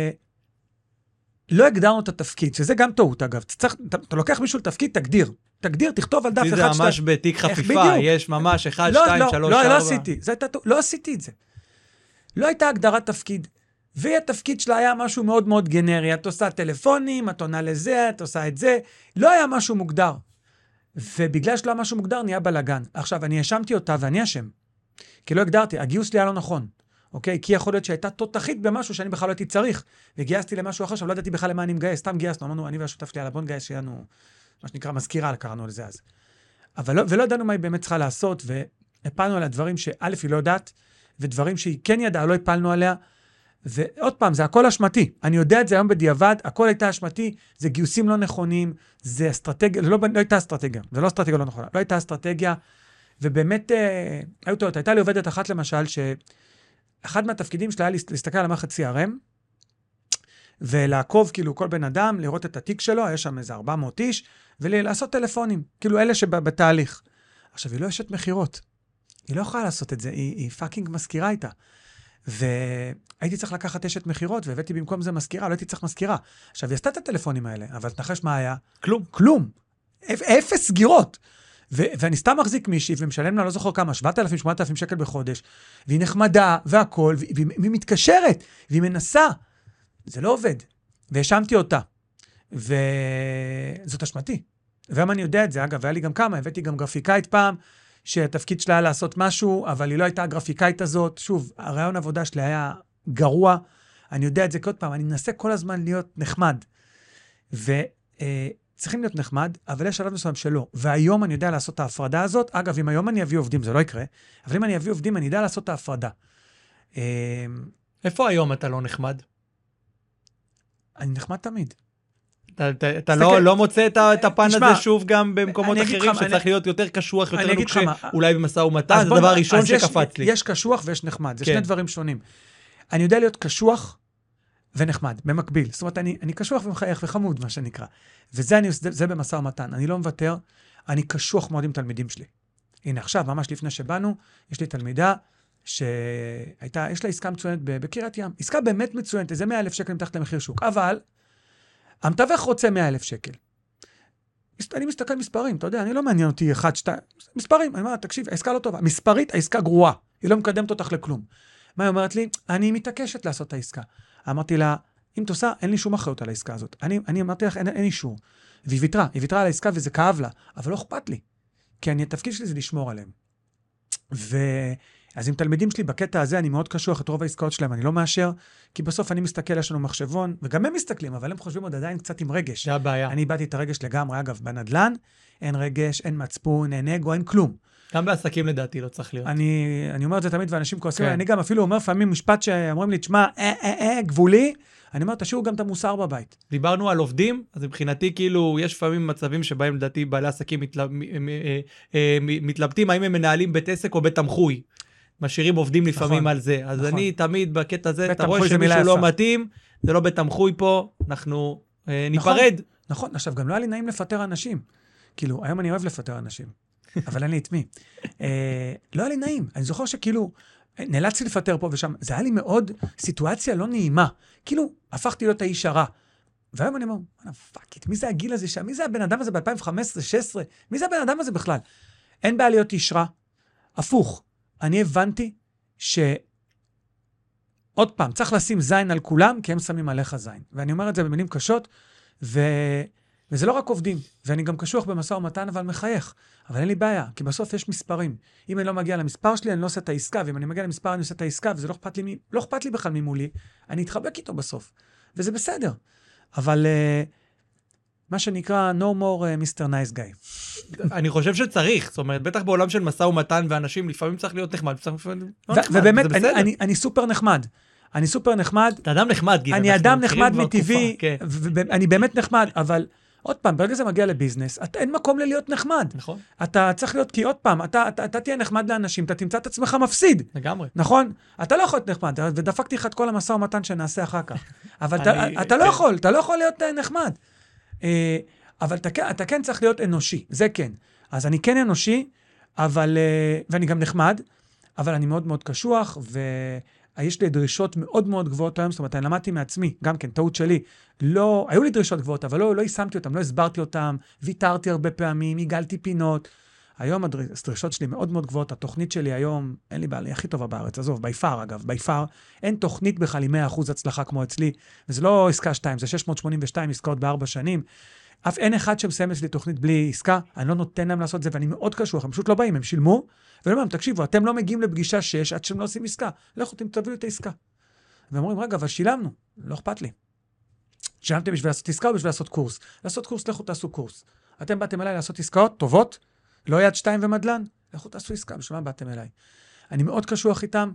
הגדרנו את התפקיד, שזה גם טעות אגב. אתה לוקח מישהו לתפקיד, תגדיר, תכתוב על דף 1, 2. זה ממש בתיק חפיפה, יש ממש 1, 2, 3, 4. לא עשיתי, לא עשיתי את זה. לא הייתה הגדרת תפקיד. והתפקיד שלה היה משהו מאוד מאוד גנרי, את עושה טלפונים, את עונה לזה, את עושה את זה, לא היה משהו מוגדר. ובגלל שלא היה משהו מוגדר, נהיה בלגן. עכשיו, אני האשמתי אותה ואני אשם. כי לא הגדרתי, הגיוס לי היה לא נכון. אוקיי? כי יכול להיות שהייתה תותחית במשהו שאני בכלל לא הייתי צריך, וגייסתי למשהו אחר, עכשיו לא ידעתי בכלל למה אני מגייס, סתם גייסנו, אמרנו, אני והשותף שלי, בוא נגייס שיהיה לנו, מה שנקרא, מזכירה, קראנו לזה אז. ולא ידענו מה היא באמת צריכה לעשות, והפלנו עליה דברים שא' היא לא יודעת, ודברים שהיא כן ידעה, לא הפלנו עליה, ועוד פעם, זה הכל אשמתי. אני יודע את זה היום בדיעבד, הכל הייתה אשמתי, זה גיוסים לא נכונים, זה אסטרטגיה, לא הייתה אסטרטגיה, זה לא אסטרטגיה לא נכונה, לא הייתה אסטרטגיה, ובאמת, הייתה לי עובדת אחת למשל, שאחד מהתפקידים שלה היה להסתכל על המערכת CRM, ולעקוב כאילו כל בן אדם, לראות את התיק שלו, יש שם איזה 400 איש, ולעשות טלפונים, כאילו אלה שבתהליך. עכשיו, היא לא אשת מחירות, היא לא יכולה לעשות את זה, היא פאקינג מזכירה איתה. והייתי צריך לקחת אשת מחירות, והבאתי במקום זה מזכירה, לא הייתי צריך מזכירה. עכשיו, היא עשתה את הטלפונים האלה, אבל תנחש מה היה? כלום. אפס סגירות. ואני סתם מחזיק מישהי, ומשלם לה, לא זוכר כמה, 7,000, 8,000 שקל בחודש, והיא נחמדה, והכל, והיא מתקשרת, והיא מנסה. זה לא עובד. והאשמתי אותה. וזאת אשמתי. והיום אני יודע את זה, אגב, והיה לי גם כמה, הבאתי גם גרפיקאית פעם, שהתפקיד שלה היה לעשות משהו, אבל היא לא הייתה הגרפיקאית הזאת. שוב, הרעיון העבודה שלי היה גרוע. אני יודע את זה עוד פעם, אני מנסה כל הזמן להיות נחמד. וצריכים להיות נחמד, אבל יש שלב מסוים שלא. והיום אני יודע לעשות את ההפרדה הזאת. אגב, אם היום אני אביא עובדים, זה לא יקרה. אבל אם אני אביא עובדים, אני יודע לעשות את ההפרדה. איפה היום אתה לא נחמד? אני נחמד תמיד. אתה לא מוצא את הפן הזה שוב גם במקומות אחרים, שצריך להיות יותר קשוח, יותר נוקשה, אולי במשא ומתן, זה דבר ראשון שקפץ לי. יש קשוח ויש נחמד, זה שני דברים שונים. אני יודע להיות קשוח ונחמד, במקביל. זאת אומרת, אני קשוח ומחייך וחמוד, מה שנקרא. וזה במשא ומתן. אני לא מוותר, אני קשוח מאוד עם תלמידים שלי. הנה, עכשיו, ממש לפני שבאנו, יש לי תלמידה יש לה עסקה מצוינת בקריית ים. עסקה באמת מצוינת, זה 100,000 שקל מתחת למחיר שוק. אבל, המתווך רוצה 100,000 שקל. אני מסתכל מספרים, אתה יודע, אני לא מעניין אותי 1, 2, מספרים, אני אומר, תקשיב, העסקה לא טובה. מספרית, העסקה גרועה. היא לא מקדמת אותך לכלום. מה היא אומרת לי? אני מתעקשת לעשות את העסקה. אמרתי לה, אם תעשה, אין לי שום אחריות על העסקה הזאת. אני אמרתי לך, אין אישור. והיא ויתרה על העסקה וזה כאב לה, אבל לא אכפת לי. כי התפקיד שלי זה לשמור עליהם. אז עם תלמידים שלי בקטע הזה, אני מאוד קשוח את רוב העסקאות שלהם, אני לא מאשר, כי בסוף אני מסתכל, יש לנו מחשבון, וגם הם מסתכלים, אבל הם חושבים עוד עדיין קצת עם רגש. זה הבעיה. אני איבדתי את הרגש לגמרי, אגב, בנדלן, אין רגש, אין מצפון, אין אגו, אין כלום. גם בעסקים לדעתי לא צריך להיות. אני אומר את זה תמיד, ואנשים כועסים, אני גם אפילו אומר פעמים משפט שאומרים לי, תשמע, גבולי, אני אומר, תשאירו גם את המוסר בבית. דיברנו על עובדים, אז מבחינתי כאילו, יש לפעמים מצבים שבהם לדעתי בעלי עסקים מתלבטים, האם הם מנהלים בית עסק או בית תמחוי. משאירים עובדים לפעמים על זה. אז אני תמיד בקטע הזה, אתה רואה שמישהו לא מתאים, זה לא בית תמחוי פה, אנחנו ניפרד. נכון, עכשיו גם לא היה לי נעים לפטר אנשים. כאילו, היום אני אוהב לפטר אנשים, אבל אין לי את מי. לא היה לי נעים. אני זוכר שכאילו, נאלצתי לפטר פה ושם, זה היה לי מאוד סיטואציה לא נעימה. כאילו, הפכתי להיות האיש הרע. והיום אני אומר, פאקית, מי זה הגיל הזה שם? מי זה הבן אדם הזה ב-2015-2016? מי זה הבן אדם הזה בכלל? אין בעיה להיות איש רע. הפוך. אני הבנתי עוד פעם, צריך לשים זין על כולם, כי הם שמים עליך זין. ואני אומר את זה במילים קשות, וזה לא רק עובדים. ואני גם קשוח במשא ומתן, אבל מחייך. אבל אין לי בעיה, כי בסוף יש מספרים. אם אני לא מגיע למספר שלי, אני לא עושה את העסקה, ואם אני מגיע למספר, אני עושה את העסקה, וזה לא אכפת לי בכלל ממולי, אני אתחבק איתו בסוף. וזה בסדר. אבל מה שנקרא, no more Mr. Nice Guy. אני חושב שצריך, זאת אומרת, בטח בעולם של משא ומתן ואנשים, לפעמים צריך להיות נחמד, ובאמת, אני סופר נחמד. אני סופר נחמד. אתה אדם נחמד, גיל. אני אדם נחמד מטבעי, ואני באמת נחמד, אבל עוד פעם, ברגע זה מגיע לביזנס, אין מקום להיות נחמד. נכון. אתה צריך להיות, כי עוד פעם, אתה תהיה נחמד לאנשים, אתה תמצא את עצמך מפסיד. לגמרי. נכון? אתה לא יכול להיות נחמד, ודפקתי לך את כל המשא ומתן שנעשה אחר כך. אבל אתה לא יכול להיות נחמד. אבל אתה כן צריך להיות אנושי, זה כן. אז אני כן אנושי, ואני גם נחמד, אבל אני מאוד מאוד קשוח, ויש לי דרישות מאוד מאוד גבוהות היום, זאת אומרת, אני למדתי מעצמי, גם כן, טעות שלי. היו לי דרישות גבוהות, אבל לא יישמתי אותם, לא הסברתי אותם, ויתרתי הרבה פעמים, הגלתי פינות. היום הדרישות שלי מאוד מאוד גבוהות, התוכנית שלי היום, אין לי בעיה, היא הכי טובה בארץ, עזוב, ביפר אגב, ביפר, אין תוכנית בכלל עם 100% הצלחה כמו אצלי, וזה לא עסקה 2, זה 682 עסקאות ב4 שנים, אף אין אחד שמסיים אצלי תוכנית בלי עסקה, אני לא נותן להם לעשות את זה, ואני מאוד קשוח, הם פשוט לא באים, הם שילמו, ואני אומר, תקשיבו, אתם לא מגיעים לפגישה 6, עד שהם לא עושים עסקה, לכו, תביאו את העסקה. והם אומרים, רגע, אבל שילמנו, לא אכפת לי. שילמתם בשביל לעשות עסקה או בשביל לעשות קורס? לעשות קורס, לכו תעשו קורס. אתם באתם אליי לעשות עסקאות טובות, לא יד 2 ומדלן, לכו תעשו עסקה, בשביל מה באתם אליי? אני מאוד קשוח איתם,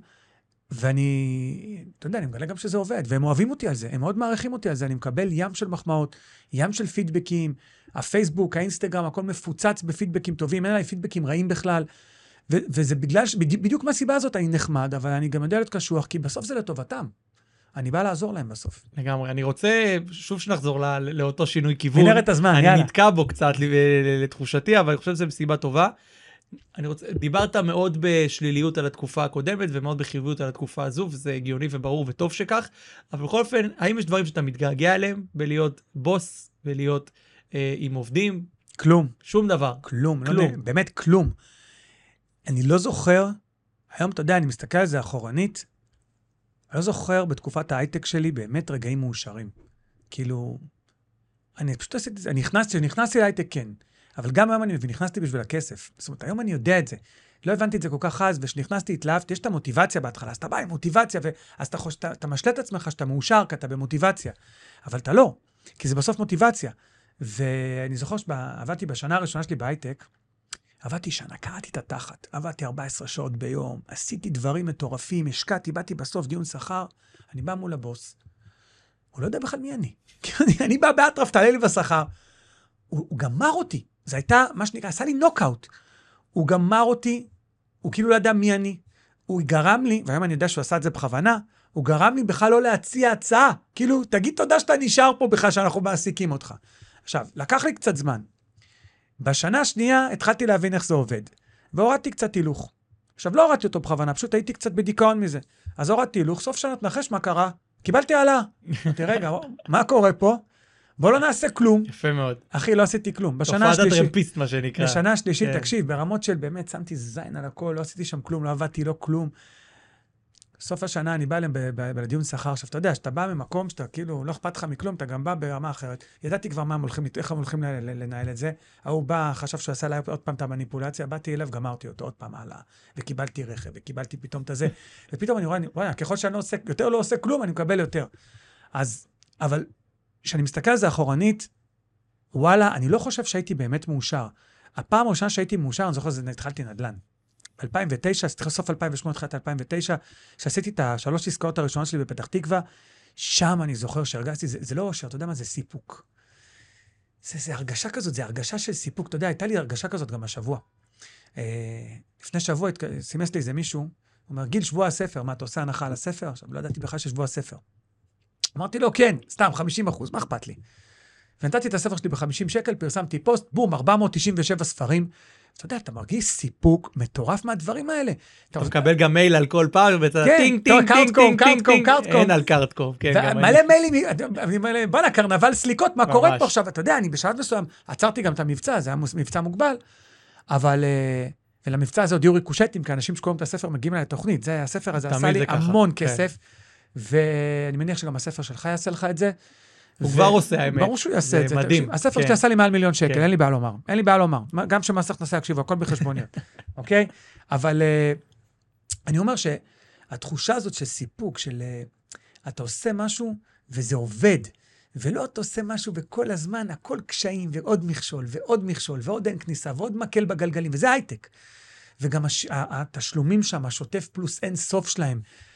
ואני, אתה יודע, אני מגלה גם שזה עובד, והם אוהבים אותי על זה, הם מאוד מעריכים אותי על זה, אני מקבל ים של מחמאות, ים של פידבקים, הפייסבוק, האינסטגרם, הכל מפוצץ בפידבקים טובים, אין עליי פידבקים רעים בכלל, וזה בגלל, בדיוק מהסיבה הזאת אני נחמד, אבל אני גם יודע להיות קשוח, כי בסוף זה לטובתם. אני בא לעזור להם בסוף. לגמרי, אני רוצה שוב שנחזור לאותו שינוי כיוון. מנהרת הזמן, יאללה. אני נתקע בו קצת לתחושתי, אבל אני חושב שזה מסיבה טובה. דיברת מאוד בשליליות על התקופה הקודמת, ומאוד בחיוביות על התקופה הזו, וזה הגיוני וברור וטוב שכך, אבל בכל אופן, האם יש דברים שאתה מתגעגע עליהם, בלהיות בוס, ולהיות עם עובדים? כלום. שום דבר. כלום. לא, באמת כלום. אני לא זוכר, היום אתה יודע, אני מסתכל על זה אחורנית, אני לא זוכר בתקופת ההייטק שלי באמת רגעים מאושרים. כאילו, אני פשוט עשיתי את זה, נכנסתי להייטק כן, אבל גם היום אני מבין, נכנסתי בשביל הכסף. זאת אומרת, היום אני יודע את זה. לא הבנתי את זה כל כך אז, ושנכנסתי, התלהבתי, יש את המוטיבציה בהתחלה, אז אתה בא עם מוטיבציה, אז אתה משלה את עצמך שאתה מאושר, כי אתה במוטיבציה. אבל אתה לא, כי זה בסוף מוטיבציה. ואני זוכר שעבדתי בשנה הראשונה שלי בהייטק, עבדתי שנה, קראתי את התחת, עבדתי 14 שעות ביום, עשיתי דברים מטורפים, השקעתי, באתי בסוף דיון שכר, אני בא מול הבוס, הוא לא יודע בכלל מי אני. אני בא באטרף, תעלה לי בשכר. הוא גמר אותי. זה הייתה, מה שנקרא, עשה לי נוקאוט. הוא גמר אותי, הוא כאילו לא ידע מי אני. הוא גרם לי, והיום אני יודע שהוא עשה את זה בכוונה, הוא גרם לי בכלל לא להציע הצעה. כאילו, תגיד תודה שאתה נשאר פה בכלל שאנחנו מעסיקים אותך. עכשיו, לקח לי קצת זמן. בשנה השנייה התחלתי להבין איך זה עובד. והורדתי קצת הילוך. עכשיו, לא הורדתי אותו בכוונה, פשוט הייתי קצת בדיכאון מזה. אז הורדתי הילוך, סוף שנה תנחש מה קרה. קיבלתי העלאה. אמרתי, רגע, מה קורה פה? בוא לא נעשה כלום. יפה מאוד. אחי, לא עשיתי כלום. בשנה השלישית... תופעת הטרמפיסט, מה שנקרא. בשנה השלישית, תקשיב, ברמות של באמת, שמתי זין על הכל, לא עשיתי שם כלום, לא עבדתי, לא כלום. סוף השנה אני בא אליהם בדיון שכר. עכשיו, אתה יודע, שאתה בא ממקום שאתה כאילו, לא אכפת לך מכלום, אתה גם בא ברמה אחרת. ידעתי כבר איך הם הולכים לנהל את זה. הוא בא, חשב שהוא עשה לה עוד פעם את המניפולציה, באתי אליו, גמרתי אותו עוד פעם הלאה, וקיבלתי רכב, וקיבלתי פתאום את הזה, ופתאום אני רואה, ככל שאני יותר לא עושה כלום, אני מקבל יותר. אז, אבל, כשאני מסתכל על זה אחורנית, וואלה, אני לא חושב שהייתי באמת מאושר. הפעם הראשונה שהייתי מאושר, אני זוכר, התחלתי נדל"ן. 2009, סוף 2008, התחלת 2009, שעשיתי את 3 עסקאות הראשונות שלי בפתח תקווה, שם אני זוכר שהרגשתי, זה לא אושר, אתה יודע מה, זה סיפוק. זה הרגשה כזאת, זה הרגשה של סיפוק. אתה יודע, הייתה לי הרגשה כזאת גם השבוע. לפני שבוע סימס לי איזה מישהו, הוא אומר, גיל, שבוע הספר, מה, אתה עושה הנחה על הספר? עכשיו, לא ידעתי בכלל ששבוע הספר. אמרתי לו, כן, סתם, 50%, מה אכפת לי? ונתתי את הספר שלי ב-50 שקל, פרסמתי פוסט, בום, 497 ספרים. אתה יודע, אתה מרגיש סיפוק מטורף מהדברים האלה. אתה מקבל גם מייל על כל פעם, ואתה טינג, טינג, טינג, טינג, טינג, אין על קארטקום. מלא מיילים, בוא קרנבל סליקות, מה קורה פה עכשיו? אתה יודע, אני בשלב מסוים, עצרתי גם את המבצע, זה היה מבצע מוגבל, אבל, ולמבצע הזה עוד יהיו ריקושטים, כי אנשים שקוראים את הספר מגיעים אליי לתוכנית, הספר הזה עשה לי המון כסף, ואני מניח שגם הספר שלך יעשה לך את זה, הוא כבר עושה, האמת. ברור שהוא יעשה את זה. מדהים. הספר שלי עשה לי מעל 1,000,000 שקל, אין לי בעיה לומר. אין לי בעיה לומר. גם שמס הכנסה יקשיבו, הכל בחשבוניות. אוקיי? אבל אני אומר שהתחושה הזאת של סיפוק, של אתה עושה משהו וזה עובד, ולא אתה עושה משהו וכל הזמן הכל קשיים ועוד מכשול ועוד מכשול ועוד אין כניסה ועוד מקל בגלגלים, וזה הייטק. וגם התשלומים שם, השוטף פלוס אין סוף שלהם.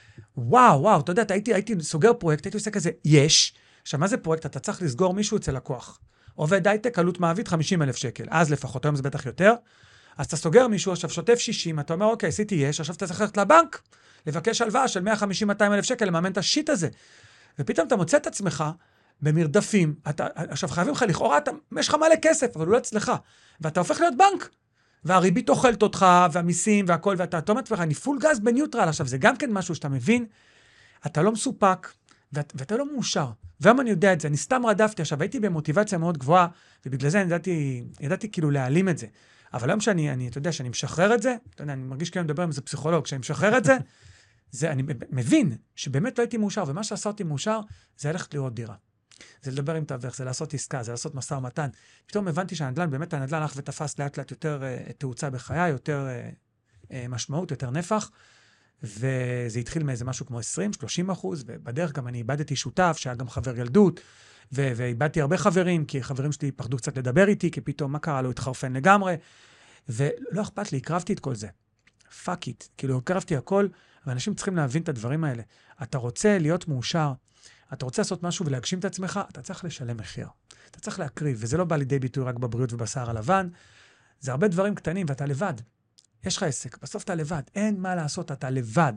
וואו, אתה יודע, הייתי סוגר פרויקט, הייתי עושה כזה, עכשיו, מה זה פרויקט? אתה צריך לסגור מישהו אצל לקוח. עובד הייטק, עלות מעביד 50,000 שקל. אז לפחות, היום זה בטח יותר. אז אתה סוגר מישהו, עכשיו שוטף 60, אתה אומר, אוקיי, עשיתי עכשיו אתה צריך ללכת לבנק, לבקש הלוואה של 150,000-200,000 שקל, לממן את השיט הזה. ופתאום אתה מוצא את עצמך במרדפים, עכשיו חייבים לך לכאורה, יש לך מלא כסף, אבל הוא לא אצלך. ואתה הופך להיות בנק. והריבית אוכלת אותך, והמיסים והכל, ואתה אומר לך, אני פול גז בניוטרל. עכשיו, זה גם כן משהו שאתה מבין, אתה לא מסופק, ואתה לא מאושר. והיום אני יודע את זה, אני סתם רדפתי, עכשיו הייתי במוטיבציה מאוד גבוהה, ובגלל זה ידעתי כאילו להעלים את זה. אבל היום אתה יודע, שאני משחרר את זה, אתה יודע, אני מרגיש כאילו מדבר עם איזה פסיכולוג, כשאני משחרר את זה, אני מבין שבאמת לא הייתי מאושר, ומה שעשה אותי מאושר, זה ללכת לראות דירה. זה לדבר עם תווך, זה לעשות עסקה, זה לעשות משא ומתן. פתאום הבנתי שהנדל"ן, באמת הנדל"ן הלך ותפס לאט לאט יותר תאוצה בחיי, יותר משמעות, יותר נפח, וזה התחיל מאיזה משהו כמו 20-30%, ובדרך גם אני איבדתי שותף, שהיה גם חבר ילדות, ואיבדתי הרבה חברים, כי חברים שלי פחדו קצת לדבר איתי, כי פתאום מה קרה לו, התחרפן לגמרי, ולא אכפת לי, הקרבתי את כל זה. פאק איט, כאילו הקרבתי הכל, ואנשים צריכים להבין את הדברים האלה. אתה רוצה להיות מאושר, אתה רוצה לעשות משהו ולהגשים את עצמך, אתה צריך לשלם מחיר. אתה צריך להקריב, וזה לא בא לידי ביטוי רק בבריאות ובשיער הלבן, זה הרבה דברים קטנים, ואתה לבד. יש לך עסק, בסוף אתה לבד, אין מה לעשות, אתה לבד.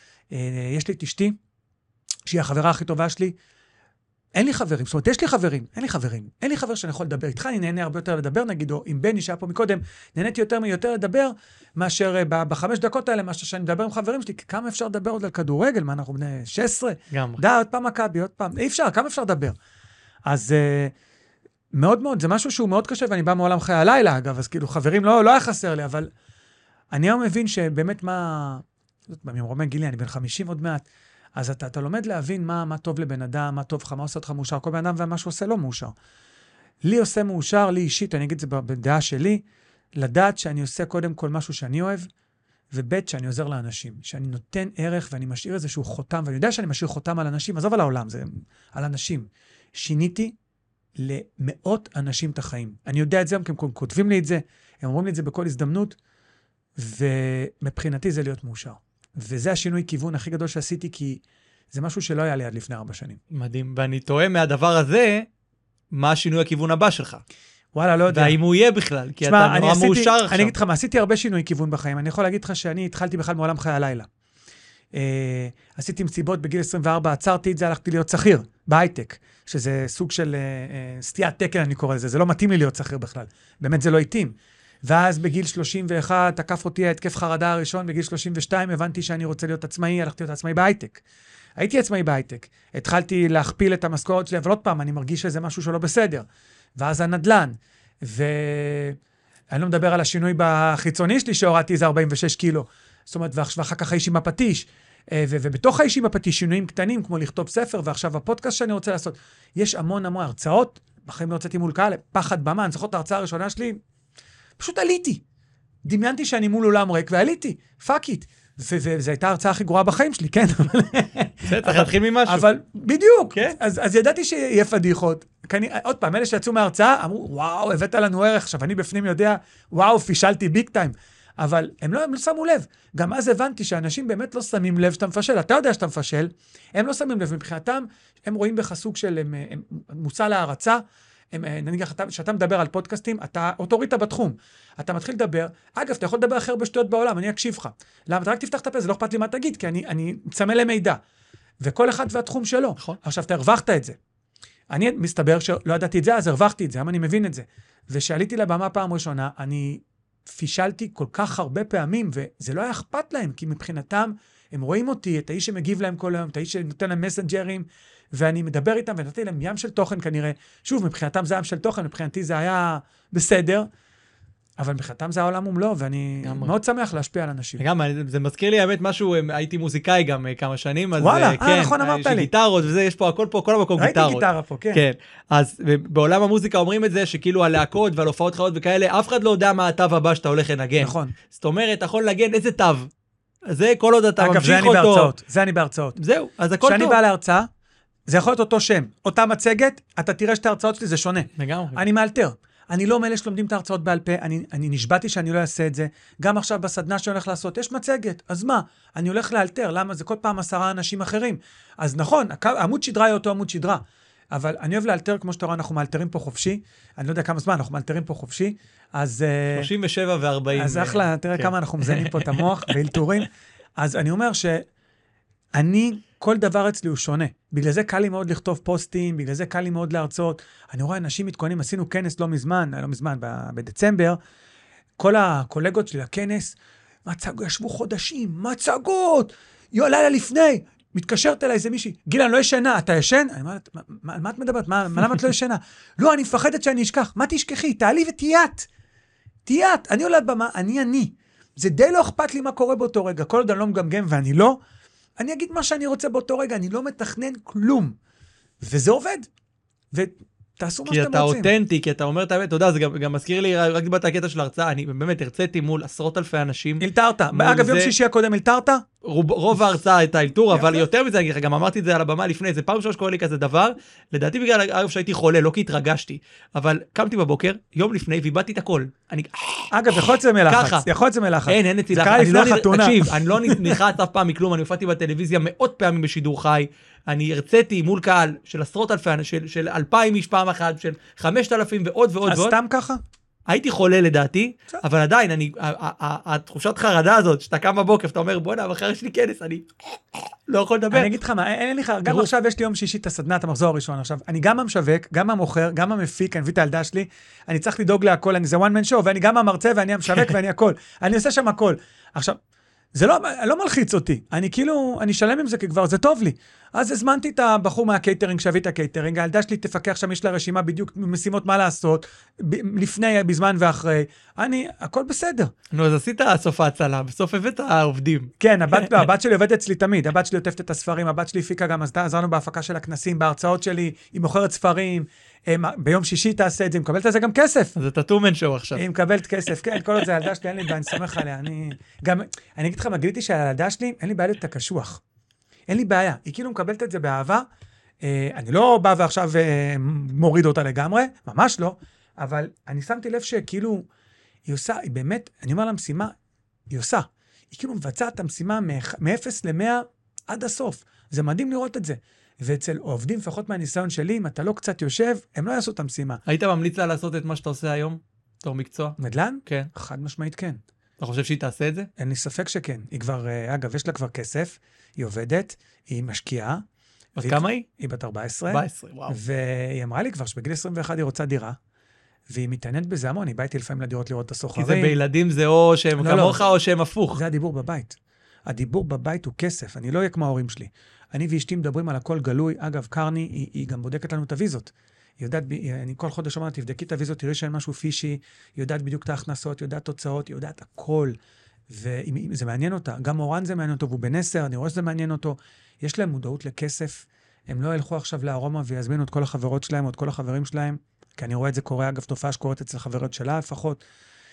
יש לי את אשתי, שהיא החברה הכי טובה שלי, אין לי חברים, זאת אומרת, יש לי חברים, אין לי חבר שאני יכול לדבר איתך, אני נהנה הרבה יותר לדבר, נגיד, או עם בני שהיה פה מקודם, נהניתי יותר לדבר, מאשר ב5 דקות האלה, מאשר שאני מדבר עם חברים שלי, כמה אפשר לדבר עוד על כדורגל, מה אנחנו בני 16? די, עוד פעם מכבי, עוד פעם, אי אפשר, כמה אפשר לדבר? אז מאוד מאוד, זה משהו שהוא מאוד קשה, ואני בא מעולם חיי הלילה, אגב, אז כאילו חברים לא היה חסר לי, אבל אני היום מבין שבאמת ממרומי גילי, אני בן 50 עוד מעט, אז אתה לומד להבין מה טוב לבן אדם, מה טוב לך, מה עושה אותך מאושר, כל בן אדם ומה שהוא עושה לא מאושר. לי עושה מאושר, לי אישית, אני אגיד את זה בדעה שלי, לדעת שאני עושה קודם כל משהו שאני אוהב, ובית שאני עוזר לאנשים, שאני נותן ערך ואני משאיר איזשהו חותם, ואני יודע שאני משאיר חותם על אנשים, עזוב על העולם, זה על אנשים. שיניתי למאות אנשים את החיים. אני יודע את זה, הם כותבים לי את זה, הם אומרים לי את זה בכל הזדמנות, ומבחינתי זה להיות מאושר. וזה השינוי כיוון הכי גדול שעשיתי, כי זה משהו שלא היה לי עד לפני 4 שנים. מדהים, ואני טועה מהדבר הזה, מה השינוי הכיוון הבא שלך? וואלה, לא יודע. והאם הוא יהיה בכלל, כי אתה נורא מאושר עכשיו. אני אגיד לך מה, עשיתי הרבה שינוי כיוון בחיים. אני יכול להגיד לך שאני התחלתי בכלל מעולם חיי הלילה. עשיתי מסיבות בגיל 24, עצרתי את זה, הלכתי להיות שכיר, בהייטק, שזה סוג של סטיית תקן, אני קורא לזה. זה לא מתאים לי להיות שכיר בכלל. באמת זה לא התאים. ואז בגיל 31, תקף אותי ההתקף חרדה הראשון, בגיל 32 הבנתי שאני רוצה להיות עצמאי, הלכתי להיות עצמאי בהייטק. הייתי עצמאי בהייטק. התחלתי להכפיל את המשכורת שלי, אבל עוד פעם, אני מרגיש שזה משהו שלא בסדר. ואז הנדלן. ואני לא מדבר על השינוי בחיצוני שלי, שהורדתי איזה 46 קילו. זאת אומרת, ואחר כך האיש עם הפטיש. ובתוך האיש עם הפטיש, שינויים קטנים, כמו לכתוב ספר, ועכשיו הפודקאסט שאני רוצה לעשות. יש המון הרצאות, בחיים לא הוצאתי מול קהל, פחד במה, אני זוכר את ההרצאה הראשונה שלי, פשוט עליתי. דמיינתי שאני מול אולם ריק, ועליתי. פאק איט. וזו הייתה ההרצאה הכי גרועה בחיים שלי, כן. זה צריך להתחיל ממשהו. אבל בדיוק. אז ידעתי שיהיה פדיחות. עוד פעם, אלה שיצאו מההרצאה, אמרו, וואו, הבאת לנו ערך. עכשיו, אני בפנים יודע, וואו, פישלתי ביג טיים. אבל הם לא שמו לב. גם אז הבנתי שאנשים באמת לא שמים לב שאתה מפשל. אתה יודע שאתה מפשל, הם לא שמים לב. מבחינתם, הם רואים בך סוג של מוצא להרצה. נגיד, כשאתה מדבר על פודקאסטים, אתה אוטוריטה בתחום. אתה מתחיל לדבר, אגב, אתה יכול לדבר הכי הרבה שטויות בעולם, אני אקשיב לך. למה? אתה רק תפתח את הפה, זה לא אכפת לי מה תגיד, כי אני מצמא למידע. וכל אחד והתחום שלו. נכון. עכשיו, אתה הרווחת את זה. אני מסתבר שלא ידעתי את זה, אז הרווחתי את זה, אני מבין את זה. ושעליתי לבמה פעם ראשונה, אני פישלתי כל כך הרבה פעמים, וזה לא היה אכפת להם, כי מבחינתם, הם רואים אותי, את האיש שמגיב להם כל היום, את האיש שנותן להם מסנג'רים, ואני מדבר איתם, ונתתי להם ים של תוכן כנראה. שוב, מבחינתם זה ים של תוכן, מבחינתי זה היה בסדר, אבל מבחינתם זה העולם ומלוא, ואני מאוד שמח להשפיע על אנשים. גם, זה מזכיר לי, האמת, משהו, הייתי מוזיקאי גם כמה שנים, אז וואלה, כן, נכון, אמרת לי. גיטרות, וזה, יש פה הכל פה, כל המקום גיטרות. ראיתי גיטרה פה, כן. כן, אז בעולם המוזיקה אומרים את זה, שכאילו הלהקות ועל הופעות חיות וכאלה, אף אחד לא יודע מה התו הבא שאתה הולך לנגן. נכון. זאת אומרת, אתה יכול לנגן איזה תו. זה כל עוד אתה ממשיך אותו. אגב, זה אני בהרצאות. זהו, אז הכל טוב. כשאני בא להרצאה, זה יכול להיות אותו שם, אותה מצגת, אתה תראה שאת ההרצאות שלי זה שונה. לגמרי. אני מאלתר. אני לא מאלה שלומדים את ההרצאות בעל פה, אני נשבעתי שאני לא אעשה את זה. גם עכשיו בסדנה שאני הולך לעשות, יש מצגת, אז מה? אני הולך לאלתר, למה? זה כל פעם 10 אנשים אחרים. אז נכון, עמוד שדרה היא אותו עמוד שדרה, אבל אני אוהב לאלתר, כמו שאתה רואה, אנחנו מאלתרים פה חופשי, אני לא יודע כמה זמן, אנחנו מאלתרים פה חופשי, אז... 37 ו-40. אז אחלה, תראה כמה אנחנו מזיינים פה את המוח, ואלתורים. אז אני אומר שאני, כל דבר אצלי הוא שונה. בגלל זה קל לי מאוד לכתוב פוסטים, בגלל זה קל לי מאוד להרצות. אני רואה אנשים מתכוננים, עשינו כנס לא מזמן, בדצמבר, כל הקולגות שלי לכנס, ישבו חודשים, מצגות, לילה לפני, מתקשרת אליי איזה מישהי, גילה, אני לא ישנה, אתה ישן? אני אומרת, מה את מדברת? למה את לא ישנה? לא, אני מפחדת שאני אשכח. מה תשכחי? תעלי ותיית. תיית. אני עולד במה, אני. זה די לא אכפת לי מה קורה באותו רגע. כל עוד אני לא מגמגם ואני לא, אני אגיד מה שאני רוצה באותו רגע, אני לא מתכנן כלום. וזה עובד. ותעשו מה שאתם רוצים. כי אתה אותנטי, כי אתה אומר את האמת, אתה יודע, זה גם מזכיר לי, רק דיברת הקטע של ההרצאה, אני באמת הרציתי מול 10,000 אנשים. אלתרת. אגב, יום שישי הקודם אלתרת? רוב ההרצאה הייתה אלתור, אבל יותר מזה, גם אמרתי את זה על הבמה לפני, זה פעם ראשונה שקורה לי כזה דבר, לדעתי בגלל, אגב, שהייתי חולה, לא כי התרגשתי, אבל קמתי בבוקר, יום לפני, ואיבדתי את הכל. אגב, יכול להיות זה מלחץ. יכול להיות זה מלחץ. אין אצלי לחץ. אני לא נחת אף פעם מכלום, אני הופעתי בטלוויזיה מאות פעמים בשידור חי, אני הרציתי מול קהל של 10,000 אנשים, של 2,000 איש פעם אחת, של 5,000 ועוד ועוד ועוד. אז סתם ככה? הייתי חולה לדעתי, אבל עדיין, התחושת חרדה הזאת, שאתה קם בבוקר, ואתה אומר, בוא נע, אחרי יש לי כנס, אני לא יכול לדבר. אני אגיד לך מה, אין לי גם עכשיו יש לי יום שישי את הסדנת המחזור הראשון, עכשיו, אני גם המשווק, גם המוכר, גם המפיק, אני מביא את הילדה שלי, אני צריך לדאוג להכל, זה one man show, ואני גם המרצה, ואני המשווק, ואני הכל. אני עושה שם הכל. עכשיו, זה לא מלחיץ אותי, אני שלם עם זה כבר, זה טוב לי. אז הזמנתי את הבחור מהקייטרינג, שהביא את הקייטרינג, הילדה שלי תפקח שם, יש לה רשימה בדיוק משימות מה לעשות, לפני, בזמן ואחרי, הכל בסדר. נו, אז עשית סוף ההצלה, בסוף הבאת העובדים. כן, הבת שלי עובדת אצלי תמיד, הבת שלי עוטפת את הספרים, הבת שלי הפיקה גם, עזרנו בהפקה של הכנסים, בהרצאות שלי, היא מוכרת ספרים, ביום שישי תעשה את זה, היא מקבלת על זה גם כסף. אז אתה טומן שואו עכשיו. היא מקבלת כסף, כן, כל עוד זה הילדה שלי, אין לי בעיה, אני סומך עליה, אני אגיד לך, גיליתי שהילדה שלי, אין לי בעיה להיות הקשוח. אין לי בעיה, היא כאילו מקבלת את זה באהבה, אני לא בא ועכשיו מוריד אותה לגמרי, ממש לא, אבל אני שמתי לב שכאילו, היא עושה, היא באמת, אני אומר לה משימה, היא עושה, היא כאילו מבצעת את המשימה מ-0 ל-100 עד הסוף, זה מדהים לראות את זה. ואצל עובדים, לפחות מהניסיון שלי, אם אתה לא קצת יושב, הם לא יעשו את המשימה. היית ממליץ לה לעשות את מה שאתה עושה היום, בתור מקצוע? נדל"ן? כן. חד משמעית כן. אתה חושב שהיא תעשה את זה? אין לי ספק שכן. היא כבר, אגב, יש לה כבר כסף, היא עובדת, היא משקיעה. אז כמה היא? היא בת 14. 14, וואו. והיא אמרה לי כבר שבגיל 21 היא רוצה דירה, והיא מתעניינת בזה המון, היא באה איתי לפעמים לדירות לראות את הסוחרים. כי זה בילדים זה או שהם כמוך או שהם הפוך. זה הדיבור בבית. הדיבור בבית הוא כסף, אני לא אהיה כמו ההורים שלי. אני ואשתי מדברים על הכל גלוי. אגב, קרני, היא גם בודקת לנו את הוויזות. היא יודעת, אני כל חודש אומרת, תבדקי את הוויזות, תראי שאין משהו פישי, היא יודעת בדיוק את ההכנסות, היא יודעת תוצאות, היא יודעת הכל. וזה מעניין אותה. גם אורן זה מעניין אותו, והוא בן 10, אני רואה שזה מעניין אותו. יש להם מודעות לכסף. הם לא ילכו עכשיו לארומה ויזמינו את כל החברות שלהם, או את כל החברים שלהם, כי אני רואה את זה קורה, אגב, תופעה שקורית אצל חברות שלה לפחות.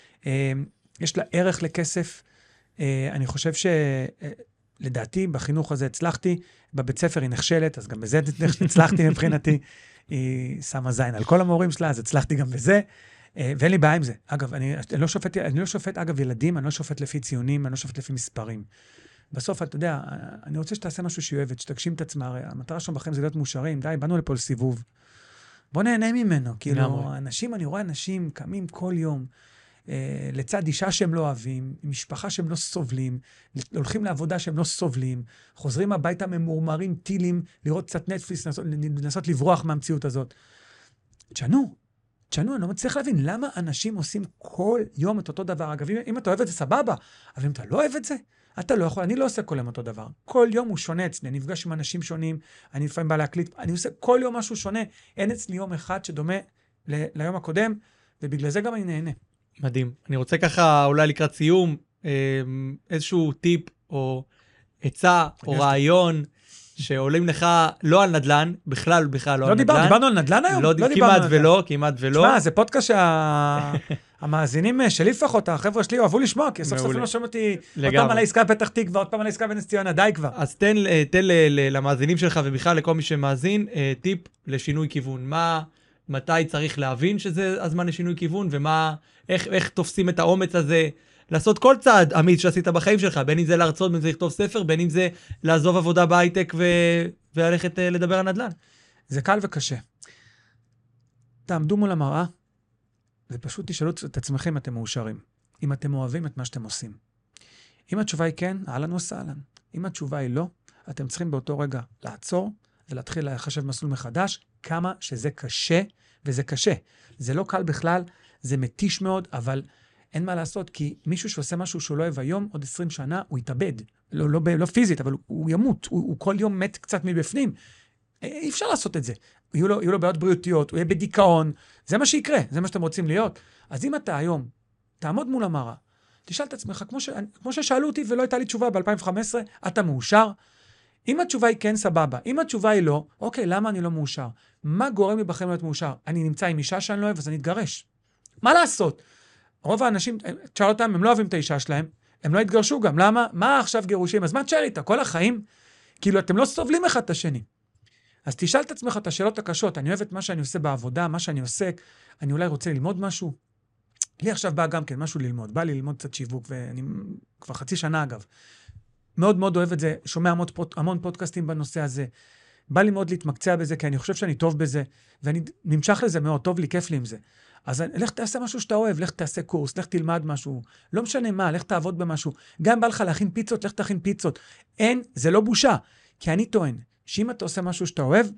יש לה ערך לכסף. אני חושב שלדעתי, בחינוך הזה הצלחתי, בבית ספר היא נכשלת, אז גם בזה הצלחתי מבחינתי. היא שמה זין על כל המורים שלה, אז הצלחתי גם בזה. ואין לי בעיה עם זה. אגב, אני לא שופט, אגב, ילדים, אני לא שופט לפי ציונים, אני לא שופט לפי מספרים. בסוף, אתה יודע, אני רוצה שתעשה משהו שהיא אוהבת, שתגשים את עצמה, הרי המטרה שלנו בחיים זה להיות מאושרים, די, באנו לפה לסיבוב. בוא נהנה ממנו, כאילו, אנשים, אני רואה אנשים קמים כל יום, לצד אישה שהם לא אוהבים, עם משפחה שהם לא סובלים, הולכים לעבודה שהם לא סובלים, חוזרים הביתה ממורמרים, טילים, לראות קצת נטפליקס, לנסות לברוח מהמציאות הזאת. תשנו, אני לא מצליח להבין, למה אנשים עושים כל יום את אותו דבר? אגב, אם אתה אוהב את זה, סבבה, אבל אם אתה לא אוהב את זה, אתה לא יכול, אני לא עושה כל יום אותו דבר. כל יום הוא שונה אצלי, אני נפגש עם אנשים שונים, אני לפעמים בא להקליט, אני עושה כל יום משהו שונה, אין אצלי יום אחד שדומה ליום הקודם, ובגלל זה גם אני נהנה. מדהים. אני רוצה ככה, אולי לקראת סיום, איזשהו טיפ או עצה או רעיון, שעולים לך לא על נדל"ן, בכלל לא על נדל"ן. דיברנו על נדל"ן היום? לא, כמעט ולא. תשמע, זה פודקאסט המאזינים שלי לפחות, החבר'ה שלי אוהבו לשמוע, כי סוף סוף לא שומעים אותי עוד פעם על העסקה בפתח תקווה, עוד פעם על העסקה בנס ציונה, די כבר. אז תן למאזינים שלך ובכלל לכל מי שמאזין, טיפ לשינוי כיוון. מתי צריך להבין שזה הזמן לשינוי כיוון, איך תופסים את האומץ הזה, לעשות כל צעד אמיץ שעשית בחיים שלך, בין אם זה להרצות, בין אם זה לכתוב ספר, בין אם זה לעזוב עבודה בהייטק וללכת לדבר על נדל"ן. זה קל וקשה. תעמדו מול המראה, ופשוט תשאלו את עצמכם אם אתם מאושרים. אם אתם אוהבים את מה שאתם עושים. אם התשובה היא כן, אהלן וסהלן. אם התשובה היא לא, אתם צריכים באותו רגע לעצור, ולהתחיל לחשב מסלול מחדש, כמה שזה קשה, וזה קשה. זה לא קל בכלל, זה מתיש מאוד, אבל אין מה לעשות, כי מישהו שעושה משהו שהוא לא אוהב היום, עוד 20 שנה, הוא יתאבד. לא פיזית, אבל הוא ימות. הוא כל יום מת קצת מבפנים. אי אפשר לעשות את זה. יהיו לו בעיות בריאותיות, הוא יהיה בדיכאון, זה מה שיקרה, זה מה שאתם רוצים להיות. אז אם אתה היום, תעמוד מול המראה, תשאל את עצמך, כמו ששאלו אותי ולא הייתה לי תשובה ב-2015, אתה מאושר? אם התשובה היא כן, סבבה. אם התשובה היא לא, אוקיי, למה אני לא מאושר? מה גורם לי בחיים להיות מאושר? אני נמצא עם אישה שאני לא אוהב, אז אני אתגרש. מה לעשות? רוב האנשים, תשאל אותם, הם לא אוהבים את האישה שלהם, הם לא התגרשו גם. למה? מה עכשיו גירושים? אז מה תשאל איתה? כל החיים? כאילו, אתם לא סובלים אחד את השני. אז תשאל את עצמך את השאלות הקשות. אני אוהב את מה שאני עושה בעבודה, מה שאני עוסק. אני אולי רוצה ללמוד משהו. לי עכשיו בא גם כן משהו ללמוד. בא לי ללמוד קצת שיווק, ואני כבר חצי שנה אגב. מאוד מאוד אוהב את זה, שומע המון פודקאסטים בנושא הזה. בא לי מאוד להתמקצע בזה, כי אני חושב שאני טוב בזה, ואני נמשך לזה מאוד, טוב לי, כיף לי עם זה. אז לך תעשה משהו שאתה אוהב, לך תעשה קורס, לך תלמד משהו, לא משנה מה, לך תעבוד במשהו. גם בא לך להכין פיצות, לך תכין פיצות. אין, זה לא בושה, כי אני טוען, שאם אתה עושה משהו שאתה אוהב,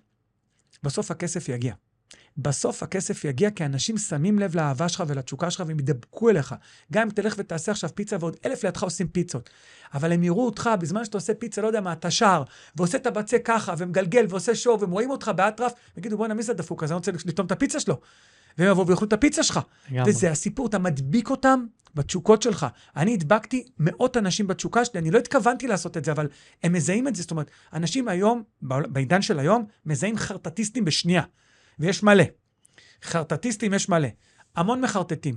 בסוף הכסף יגיע. בסוף הכסף יגיע, כי אנשים שמים לב לאהבה שלך ולתשוקה שלך, והם ידבקו אליך. גם אם תלך ותעשה עכשיו פיצה, ועוד 1,000 לידך עושים פיצות. אבל הם יראו אותך, בזמן שאתה עושה פיצה, לא יודע מה, אתה שר, ועושה את הבצע ככה, ומגלגל, ועושה שור, והם רואים אותך באטרף, ויגידו, בוא נמי זה דפוק, אז אני רוצה לטום את הפיצה שלו. והם יבואו ויאכלו את הפיצה שלך. וזה הסיפור, אתה מדביק אותם בתשוקות שלך. אני הדבקתי מאות אנשים בתשוקה שלי, אני לא התכוונתי לעשות את זה, אבל הם מזהים את זה. זאת אומרת, אנשים היום, בעידן של היום, מזהים חרטטיסטים בשנייה. ויש מלא. חרטטיסטים יש מלא. המון מחרטטים.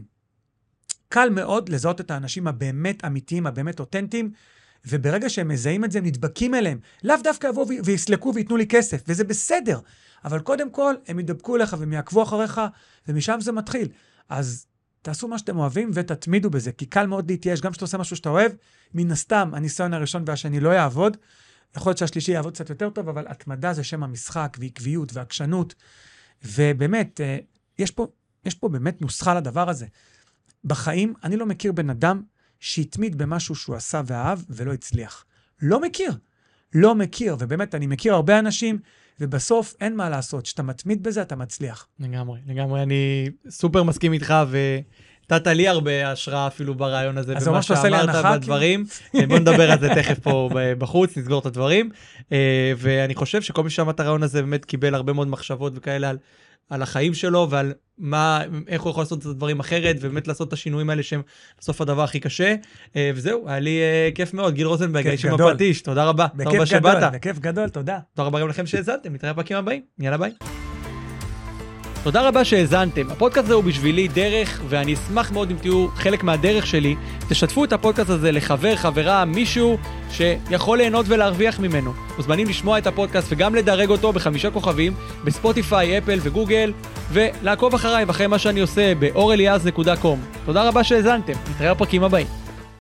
קל מאוד לזהות את האנשים הבאמת אמיתיים, הבאמת אותנטיים, וברגע שהם מזהים את זה, הם נדבקים אליהם. לאו דווקא יבואו ויסלקו ויתנו לי כסף, וזה בסדר. אבל קודם כל, הם ידבקו אליך והם יעקבו אחריך, ומשם זה מתחיל. אז תעשו מה שאתם אוהבים ותתמידו בזה, כי קל מאוד להתייאש, גם שאתה עושה משהו שאתה אוהב, מן הסתם, הניסיון הראשון והשני לא יעבוד, יכול להיות שהשלישי יעבוד קצת יותר טוב, אבל התמדה זה שם המשחק, ועקביות, ועקשנות, ובאמת, יש פה באמת נוסחה לדבר הזה. בחיים, אני לא מכיר בן אדם שהתמיד במשהו שהוא עשה ואהב ולא הצליח. לא מכיר, ובאמת, אני מכיר הרבה אנשים, ובסוף אין מה לעשות, שאתה מתמיד בזה, אתה מצליח. לגמרי, אני סופר מסכים איתך, ונתת לי הרבה השראה אפילו ברעיון הזה, במה שאמרת בדברים. בוא נדבר על זה תכף פה בחוץ, נסגור את הדברים. ואני חושב שכל מי שאמר את הרעיון הזה באמת קיבל הרבה מאוד מחשבות וכאלה על החיים שלו, ועל איך הוא יכול לעשות את הדברים אחרת, ובאמת לעשות את השינויים האלה שהם בסוף הדבר הכי קשה. וזהו, היה לי כיף מאוד. גיל רוזנברג, האיש עם הפטיש, תודה רבה. בכיף גדול, תודה. תודה רבה גם לכם שהאזנתם, נתראה בפרקים הבאים. יאללה ביי. תודה רבה שהאזנתם. הפודקאסט הזה הוא בשבילי דרך, ואני אשמח מאוד אם תהיו חלק מהדרך שלי. תשתפו את הפודקאסט הזה לחבר, חברה, מישהו שיכול ליהנות ולהרוויח ממנו. מוזמנים לשמוע את הפודקאסט וגם לדרג אותו ב5 כוכבים, בספוטיפיי, אפל וגוגל, ולעקוב אחריי מה שאני עושה ב-oreliaz.com. תודה רבה שהאזנתם. נתראה בפרקים הבאים.